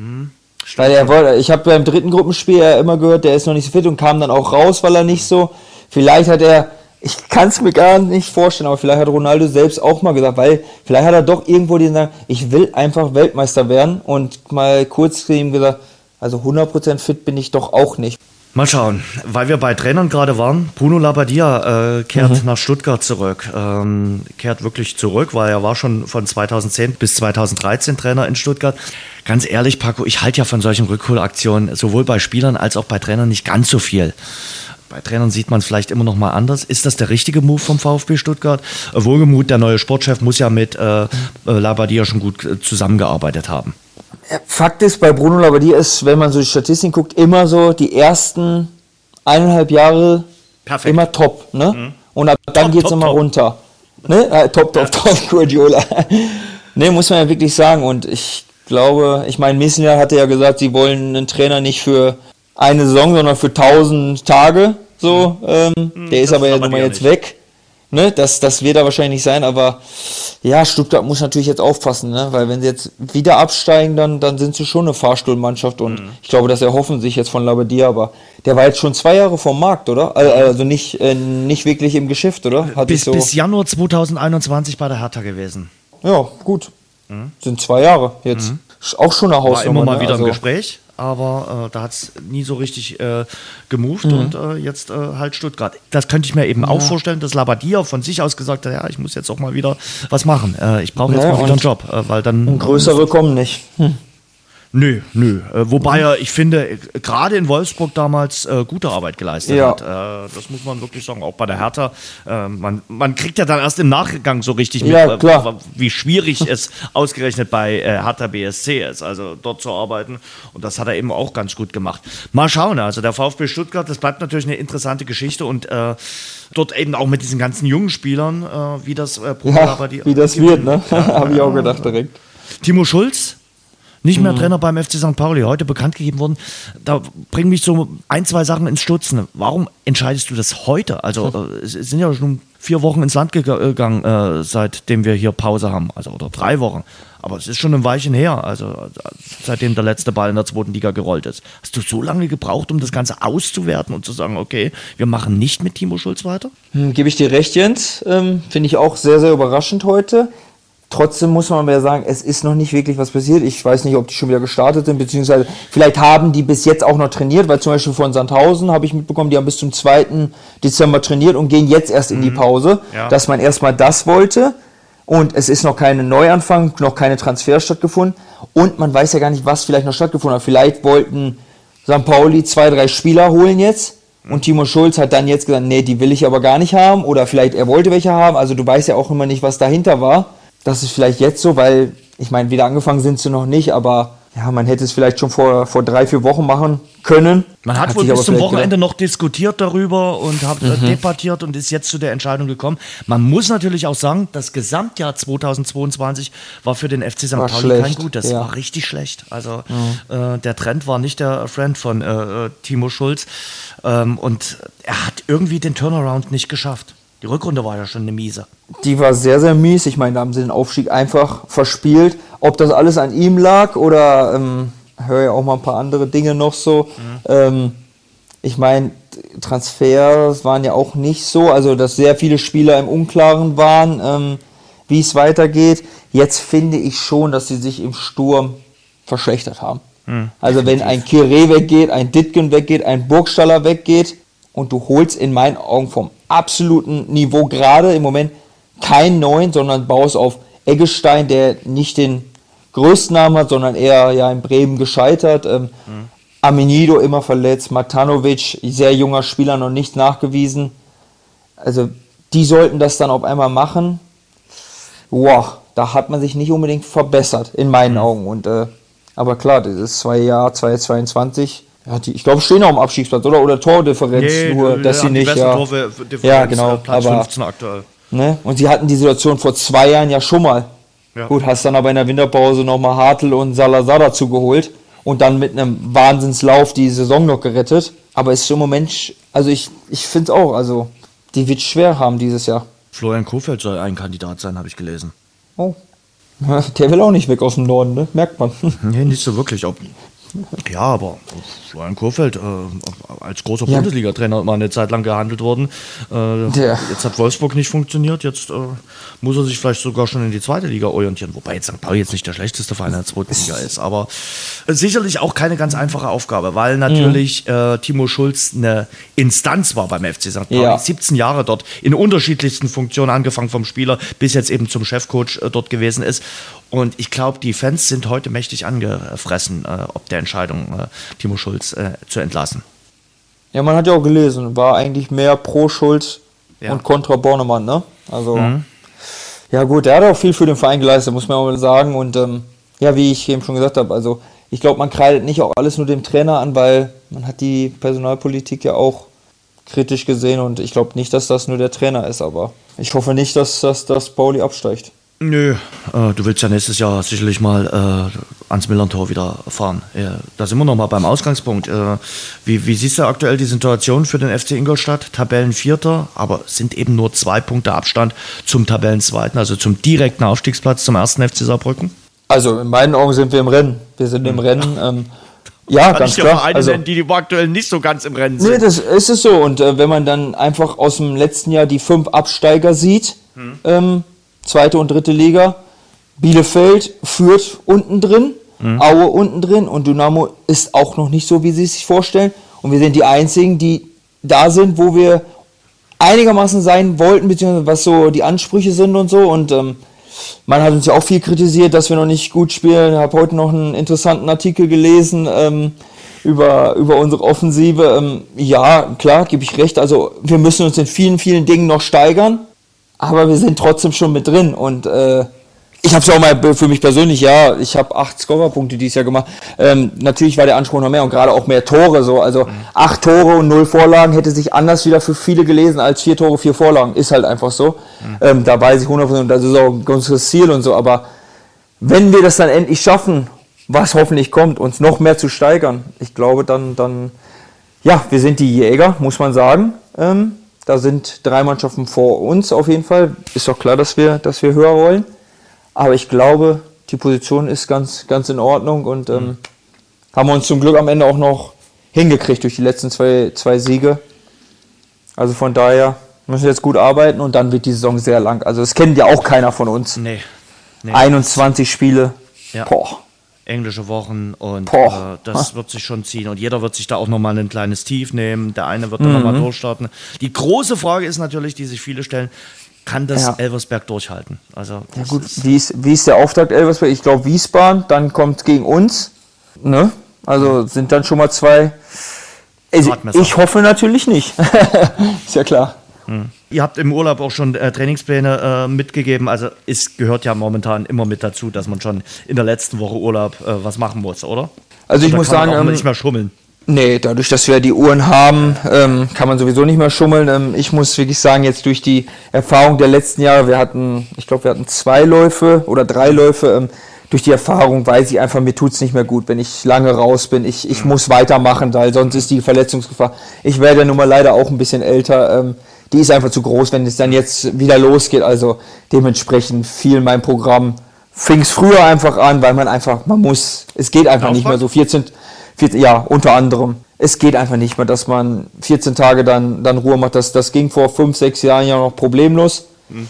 Weil ich habe beim dritten Gruppenspiel ja immer gehört, der ist noch nicht so fit und kam dann auch raus, weil er nicht so, vielleicht hat er, ich kann es mir gar nicht vorstellen, aber vielleicht hat Ronaldo selbst auch mal gesagt, weil vielleicht hat er doch irgendwo den sagen, ich will einfach Weltmeister werden und mal kurz zu ihm gesagt, also 100% fit bin ich doch auch nicht. Mal schauen, weil wir bei Trainern gerade waren, Bruno Labbadia kehrt nach Stuttgart zurück, kehrt wirklich zurück, weil er war schon von 2010 bis 2013 Trainer in Stuttgart. Ganz ehrlich, Paco, ich halte ja von solchen Rückholaktionen sowohl bei Spielern als auch bei Trainern nicht ganz so viel. Bei Trainern sieht man es vielleicht immer noch mal anders. Ist das der richtige Move vom VfB Stuttgart? Wohlgemut, der neue Sportchef muss ja mit Labbadia schon gut zusammengearbeitet haben. Fakt ist, bei Bruno Labbadia ist, wenn man so die Statistiken guckt, immer so die ersten 1,5 Jahre perfekt. Immer top, ne? Und ab dann geht es immer runter. Ne? Top, Guardiola. Ne, muss man ja wirklich sagen. Und ich glaube, Meslinger hatte ja gesagt, sie wollen einen Trainer nicht für eine Saison, sondern für 1000 Tage. So, der ist aber ja nun mal jetzt weg. Ne, das wird da wahrscheinlich nicht sein, aber ja, Stuttgart muss natürlich jetzt aufpassen, ne? Weil wenn sie jetzt wieder absteigen, dann sind sie schon eine Fahrstuhlmannschaft und ich glaube, das erhoffen sich jetzt von Labbadia, aber der war jetzt schon 2 Jahre vom Markt, oder? Also nicht wirklich im Geschäft, oder? Bis Januar 2021 bei der Hertha gewesen. Ja, gut. Sind 2 Jahre jetzt. Auch schon eine Hausnummer. War immer mal wieder im Gespräch. aber da hat es nie so richtig gemoved und jetzt halt Stuttgart. Das könnte ich mir eben auch vorstellen, dass Labbadia von sich aus gesagt hat, ja, ich muss jetzt auch mal wieder was machen. Ich brauche jetzt mal wieder einen Job, weil dann... Größere kommen nicht. Nö. Wobei ich finde, gerade in Wolfsburg damals gute Arbeit geleistet hat. Das muss man wirklich sagen, auch bei der Hertha. Man kriegt ja dann erst im Nachgang so richtig mit, wie schwierig es ausgerechnet bei Hertha BSC ist, also dort zu arbeiten. Und das hat er eben auch ganz gut gemacht. Mal schauen, also der VfB Stuttgart, das bleibt natürlich eine interessante Geschichte und dort eben auch mit diesen ganzen jungen Spielern, wie das wie das wird, ne? Habe ich auch gedacht direkt. Timo Schulz? Nicht mehr Trainer beim FC St. Pauli, heute bekannt gegeben worden. Da bringen mich so 1, 2 Sachen ins Stutzen. Warum entscheidest du das heute? Also es sind ja schon 4 Wochen ins Land gegangen, seitdem wir hier Pause haben. Also oder 3 Wochen. Aber es ist schon ein Weilchen her, also seitdem der letzte Ball in der 2. Liga gerollt ist. Hast du so lange gebraucht, um das Ganze auszuwerten und zu sagen, okay, wir machen nicht mit Timo Schulz weiter? Gebe ich dir recht, Jens. Finde ich auch sehr, sehr überraschend heute. Trotzdem muss man aber ja sagen, es ist noch nicht wirklich was passiert. Ich weiß nicht, ob die schon wieder gestartet sind, beziehungsweise vielleicht haben die bis jetzt auch noch trainiert, weil zum Beispiel von Sandhausen habe ich mitbekommen, die haben bis zum 2. Dezember trainiert und gehen jetzt erst in die Pause, dass man erstmal das wollte. Und es ist noch kein Neuanfang, noch keine Transfers stattgefunden. Und man weiß ja gar nicht, was vielleicht noch stattgefunden hat. Vielleicht wollten St. Pauli 2, 3 Spieler holen jetzt. Und Timo Schulz hat dann jetzt gesagt, nee, die will ich aber gar nicht haben. Oder vielleicht er wollte welche haben. Also du weißt ja auch immer nicht, was dahinter war. Das ist vielleicht jetzt so, weil, ich meine, wieder angefangen sind sie noch nicht, aber ja, man hätte es vielleicht schon vor 3, 4 Wochen machen können. Man hat wohl bis zum Wochenende noch diskutiert darüber und hat debattiert und ist jetzt zu der Entscheidung gekommen. Man muss natürlich auch sagen, das Gesamtjahr 2022 war für den FC St. Pauli kein gut. Das war richtig schlecht. Also der Trend war nicht der Friend von Timo Schulz. Und er hat irgendwie den Turnaround nicht geschafft. Die Rückrunde war ja schon eine miese. Die war sehr, sehr mies. Ich meine, da haben sie den Aufstieg einfach verspielt. Ob das alles an ihm lag oder höre ja auch mal ein paar andere Dinge noch so. Ich meine, Transfers waren ja auch nicht so. Also, dass sehr viele Spieler im Unklaren waren, wie es weitergeht. Jetzt finde ich schon, dass sie sich im Sturm verschlechtert haben. Also, wenn ein Kire weggeht, ein Dittgen weggeht, ein Burgstaller weggeht und du holst in meinen Augen vom absoluten Niveau gerade im Moment keinen neuen, sondern baust auf Eggestein, der nicht den größten Namen hat, sondern eher ja in Bremen gescheitert. Amenido immer verletzt, Matanovic, sehr junger Spieler, noch nicht nachgewiesen. Also die sollten das dann auf einmal machen. Wow, da hat man sich nicht unbedingt verbessert, in meinen Augen. Und aber klar, das ist 2022. Ja, ich glaube, stehen auch am Abstiegsplatz, oder Tordifferenz, nur dass sie nicht. Ja, genau. Platz aber 15 aktuell. Ne? Und sie hatten die Situation vor 2 Jahren ja schon mal. Ja. Gut, hast dann aber in der Winterpause nochmal Hartl und Salazar dazu geholt und dann mit einem Wahnsinnslauf die Saison noch gerettet. Aber es ist im Moment, also ich finde es auch, also die wird schwer haben dieses Jahr. Florian Kohfeldt soll ein Kandidat sein, habe ich gelesen. Oh. Der will auch nicht weg aus dem Norden, ne? Merkt man. Nee, nicht so wirklich. Ja, aber Florian Kohfeldt als großer Bundesliga-Trainer mal eine Zeit lang gehandelt worden. Jetzt hat Wolfsburg nicht funktioniert, jetzt muss er sich vielleicht sogar schon in die 2. Liga orientieren, wobei jetzt St. Pauli jetzt nicht der schlechteste Verein der 2. Liga ist, aber sicherlich auch keine ganz einfache Aufgabe, weil natürlich Timo Schulz eine Instanz war beim FC St. Pauli, 17 Jahre dort in unterschiedlichsten Funktionen, angefangen vom Spieler bis jetzt eben zum Chefcoach dort gewesen ist. Und ich glaube, die Fans sind heute mächtig angefressen, ob der Entscheidung, Timo Schulz zu entlassen. Ja, man hat ja auch gelesen, war eigentlich mehr pro Schulz und kontra Bornemann, ne? Also, ja gut, der hat auch viel für den Verein geleistet, muss man auch mal sagen. Und ja, wie ich eben schon gesagt habe, also ich glaube, man kreidet nicht auch alles nur dem Trainer an, weil man hat die Personalpolitik ja auch kritisch gesehen und ich glaube nicht, dass das nur der Trainer ist, aber ich hoffe nicht, dass Pauli absteigt. Nö, du willst ja nächstes Jahr sicherlich mal ans Millern-Tor wieder fahren. Da sind wir noch mal beim Ausgangspunkt. Wie siehst du aktuell die Situation für den FC Ingolstadt? Tabellenvierter, aber sind eben nur 2 Punkte Abstand zum Tabellenzweiten, also zum direkten Aufstiegsplatz zum 1. FC Saarbrücken? Also in meinen Augen sind wir im Rennen. Wir sind im Rennen. Ja, ganz klar. Vereine also, nennen, die aktuell nicht so ganz im Rennen sind. Nee, das ist es so. Und wenn man dann einfach aus dem letzten Jahr die 5 Absteiger sieht, 2. und 3. Liga, Bielefeld führt unten drin, Aue unten drin und Dynamo ist auch noch nicht so, wie sie es sich vorstellen. Und wir sind die Einzigen, die da sind, wo wir einigermaßen sein wollten, beziehungsweise was so die Ansprüche sind und so. Und man hat uns ja auch viel kritisiert, dass wir noch nicht gut spielen. Ich habe heute noch einen interessanten Artikel gelesen über unsere Offensive. Ja, klar, gebe ich recht. Also wir müssen uns in vielen, vielen Dingen noch steigern, aber wir sind trotzdem schon mit drin. Und ich habe es auch mal für mich persönlich, ja, ich habe 8 Scorerpunkte dieses Jahr gemacht. Natürlich war der Anspruch noch mehr und gerade auch mehr Tore. So. Also 8 Tore und 0 Vorlagen hätte sich anders wieder für viele gelesen als 4 Tore, 4 Vorlagen. Ist halt einfach so. Da weiß ich 100%, das ist auch unser Ziel und so. Aber wenn wir das dann endlich schaffen, was hoffentlich kommt, uns noch mehr zu steigern, ich glaube dann ja, wir sind die Jäger, muss man sagen. Da sind 3 Mannschaften vor uns auf jeden Fall. Ist doch klar, dass wir höher wollen. Aber ich glaube, die Position ist ganz, ganz in Ordnung und haben wir uns zum Glück am Ende auch noch hingekriegt durch die letzten zwei Siege. Also von daher müssen wir jetzt gut arbeiten und dann wird die Saison sehr lang. Also das kennt ja auch keiner von uns. Nee. 21 Spiele. Ja. Boah. Englische Wochen und das wird sich schon ziehen und jeder wird sich da auch nochmal ein kleines Tief nehmen, der eine wird dann nochmal durchstarten. Die große Frage ist natürlich, die sich viele stellen, kann das Elversberg durchhalten? Also, ja gut, wie ist der Auftakt Elversberg? Ich glaube Wiesbaden, dann kommt gegen uns, ne? Also sind dann schon mal 2. Also, ich hoffe natürlich nicht, ist ja klar. Ihr habt im Urlaub auch schon Trainingspläne mitgegeben, also es gehört ja momentan immer mit dazu, dass man schon in der letzten Woche Urlaub was machen muss, oder? Also ich muss sagen, kann man auch nicht mehr schummeln. Nee, dadurch, dass wir die Uhren haben, kann man sowieso nicht mehr schummeln. Ich muss wirklich sagen, jetzt durch die Erfahrung der letzten Jahre, wir hatten 2 Läufe oder 3 Läufe, durch die Erfahrung weiß ich einfach, mir tut's nicht mehr gut, wenn ich lange raus bin. Ich muss weitermachen, weil sonst ist die Verletzungsgefahr. Ich werde ja nun mal leider auch ein bisschen älter. Die ist einfach zu groß, wenn es dann jetzt wieder losgeht. Also dementsprechend fiel mein Programm, fing es früher einfach an, weil man muss, es geht einfach nicht mehr so 14, ja, unter anderem. Es geht einfach nicht mehr, dass man 14 Tage dann Ruhe macht. Das ging vor 5, 6 Jahren ja noch problemlos.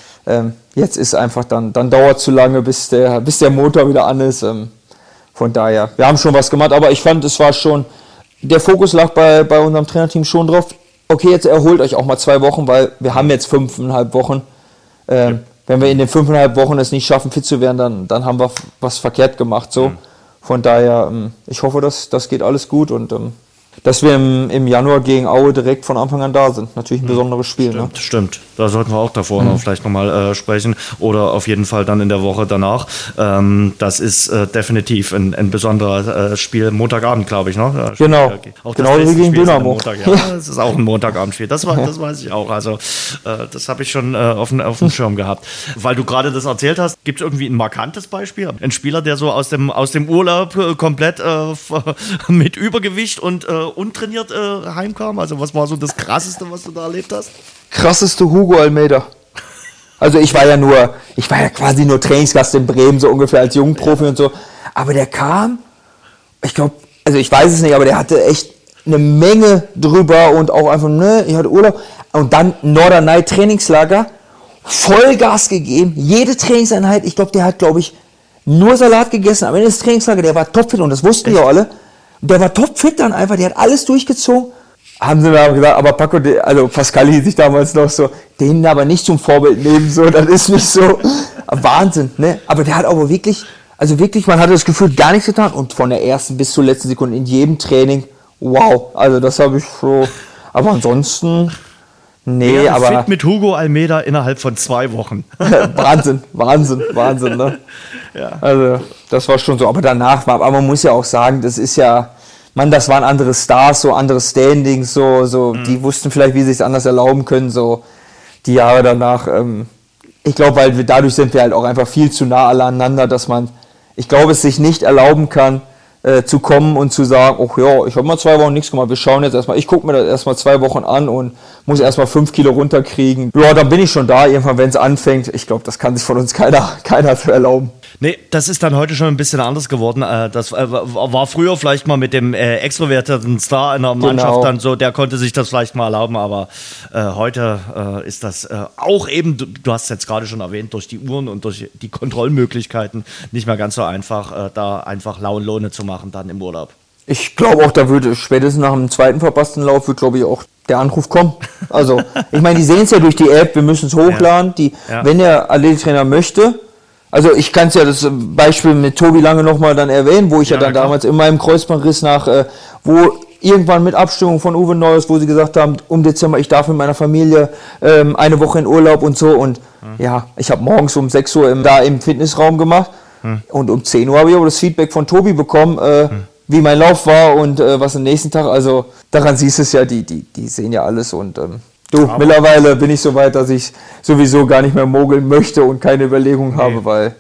Jetzt ist einfach dann dauert es zu lange, bis der Motor wieder an ist. Von daher, wir haben schon was gemacht, aber ich fand, es war schon, der Fokus lag bei unserem Trainerteam schon drauf. Okay, jetzt erholt euch auch mal 2 Wochen, weil wir haben jetzt 5,5 Wochen. Wenn wir in den 5,5 Wochen es nicht schaffen, fit zu werden, dann haben wir was verkehrt gemacht. So. Von daher, ich hoffe, das geht alles gut und dass wir im Januar gegen Aue direkt von Anfang an da sind. Natürlich ein besonderes Spiel. Stimmt. Da sollten wir auch davor noch vielleicht nochmal sprechen oder auf jeden Fall dann in der Woche danach. Das ist definitiv ein besonderer Spiel. Montagabend, glaube ich, ne? Genau. Auch genau wie gegen Dynamo. Das ist auch ein Montagabendspiel. Das weiß ich auch. Also das habe ich schon auf dem Schirm gehabt. Weil du gerade das erzählt hast, gibt es irgendwie ein markantes Beispiel? Ein Spieler, der so aus dem Urlaub komplett mit Übergewicht und untrainiert heimkam? Also was war so das Krasseste, was du da erlebt hast? Krasseste Hugo Almeida. Also ich war ja quasi nur Trainingsgast in Bremen, so ungefähr als Jungprofi und so. Aber der kam, ich glaube, also ich weiß es nicht, aber der hatte echt eine Menge drüber und auch einfach, ich hatte Urlaub. Und dann Norderney Trainingslager, Vollgas gegeben, jede Trainingseinheit, ich glaube, der hat, nur Salat gegessen, am Ende des Trainingslagers, der war topfit und das wussten wir alle. Der war topfit dann einfach, der hat alles durchgezogen. Haben sie mir aber gesagt, aber Paco, also Pascali hieß ich damals noch so, den aber nicht zum Vorbild nehmen, so, das ist nicht so. Wahnsinn, ne? Aber der hat aber wirklich, man hatte das Gefühl, gar nichts getan und von der ersten bis zur letzten Sekunde in jedem Training, wow, also das habe ich so, aber ansonsten, nee, ja, aber. Fit mit Hugo Almeida innerhalb von 2 Wochen. Wahnsinn, ne? Ja. Also, das war schon so, aber danach aber man muss ja auch sagen, das ist ja, das waren andere Stars, so andere Standings, so die wussten vielleicht, wie sie es anders erlauben können, so die Jahre danach. Ich glaube, weil dadurch sind wir halt auch einfach viel zu nah alle aneinander, dass man, ich glaube, es sich nicht erlauben kann, zu kommen und zu sagen, oh ja, ich habe mal 2 Wochen nichts gemacht, wir schauen jetzt erstmal, ich gucke mir das erstmal 2 Wochen an und muss erstmal 5 Kilo runterkriegen. Ja, dann bin ich schon da, irgendwann, wenn es anfängt. Ich glaube, das kann sich von uns keiner so erlauben. Nee, das ist dann heute schon ein bisschen anders geworden. Das war früher vielleicht mal mit dem extrovertierten Star in der Mannschaft dann so, der konnte sich das vielleicht mal erlauben, aber heute ist das auch eben, du hast es jetzt gerade schon erwähnt, durch die Uhren und durch die Kontrollmöglichkeiten nicht mehr ganz so einfach, da einfach lauen Lohne zu machen dann im Urlaub. Ich glaube auch, da würde spätestens nach dem zweiten verpassten Lauf, glaube ich, auch der Anruf kommen. Also, ich meine, die sehen es ja durch die App, wir müssen es hochladen. Wenn der Athletiktrainer möchte, also ich kann es ja das Beispiel mit Tobi Lange nochmal dann erwähnen, wo ich ja dann damals in meinem Kreuzbandriss wo irgendwann mit Abstimmung von Uwe Neuhaus, wo sie gesagt haben, um Dezember, ich darf mit meiner Familie eine Woche in Urlaub und so. Und ich habe morgens um 6 Uhr da im Fitnessraum gemacht und um 10 Uhr habe ich aber das Feedback von Tobi bekommen, wie mein Lauf war und was am nächsten Tag. Also daran siehst du es ja, die sehen ja alles und mittlerweile bin ich so weit, dass ich sowieso gar nicht mehr mogeln möchte und keine Überlegung habe, weil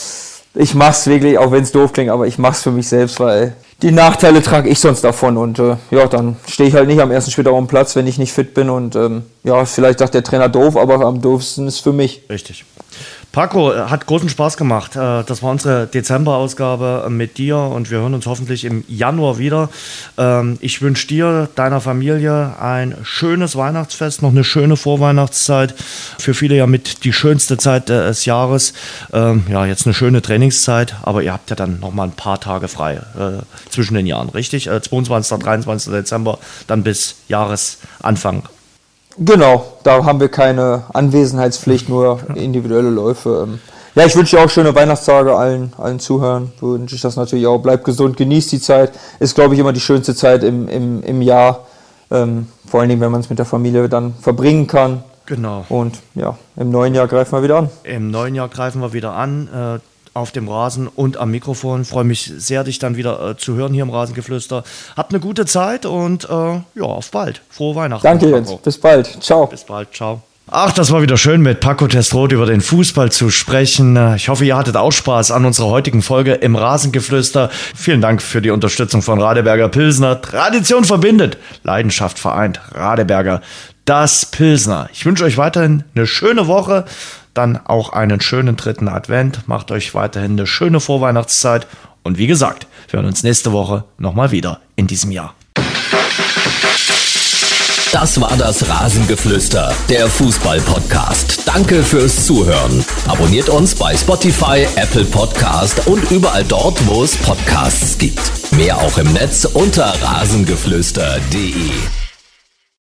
ich mache es wirklich, auch wenn es doof klingt, aber ich mache es für mich selbst, weil die Nachteile trage ich sonst davon und dann stehe ich halt nicht am ersten Spieltag auf dem Platz, wenn ich nicht fit bin und vielleicht sagt der Trainer doof, aber am doofsten ist für mich. Richtig. Paco, hat großen Spaß gemacht. Das war unsere Dezember-Ausgabe mit dir und wir hören uns hoffentlich im Januar wieder. Ich wünsche dir, deiner Familie ein schönes Weihnachtsfest, noch eine schöne Vorweihnachtszeit. Für viele ja mit die schönste Zeit des Jahres. Jetzt eine schöne Trainingszeit, aber ihr habt ja dann noch mal ein paar Tage frei zwischen den Jahren, richtig? 22. 23. Dezember, dann bis Jahresanfang. Genau, da haben wir keine Anwesenheitspflicht, nur individuelle Läufe. Ich wünsche dir auch schöne Weihnachtstage allen Zuhörern. Wünsche ich das natürlich auch. Bleibt gesund, genießt die Zeit. Ist, glaube ich, immer die schönste Zeit im Jahr. Vor allen Dingen, wenn man es mit der Familie dann verbringen kann. Genau. Und im neuen Jahr greifen wir wieder an. Im neuen Jahr greifen wir wieder an. Auf dem Rasen und am Mikrofon. Freue mich sehr, dich dann wieder zu hören hier im Rasengeflüster. Habt eine gute Zeit und auf bald. Frohe Weihnachten. Danke, Jens. Bis bald. Ciao. Bis bald. Ciao. Ach, das war wieder schön, mit Paco Testroth über den Fußball zu sprechen. Ich hoffe, ihr hattet auch Spaß an unserer heutigen Folge im Rasengeflüster. Vielen Dank für die Unterstützung von Radeberger Pilsner. Tradition verbindet, Leidenschaft vereint. Radeberger, das Pilsner. Ich wünsche euch weiterhin eine schöne Woche. Dann auch einen schönen 3. Advent. Macht euch weiterhin eine schöne Vorweihnachtszeit. Und wie gesagt, wir hören uns nächste Woche nochmal wieder in diesem Jahr. Das war das Rasengeflüster, der Fußball-Podcast. Danke fürs Zuhören. Abonniert uns bei Spotify, Apple Podcast und überall dort, wo es Podcasts gibt. Mehr auch im Netz unter rasengeflüster.de.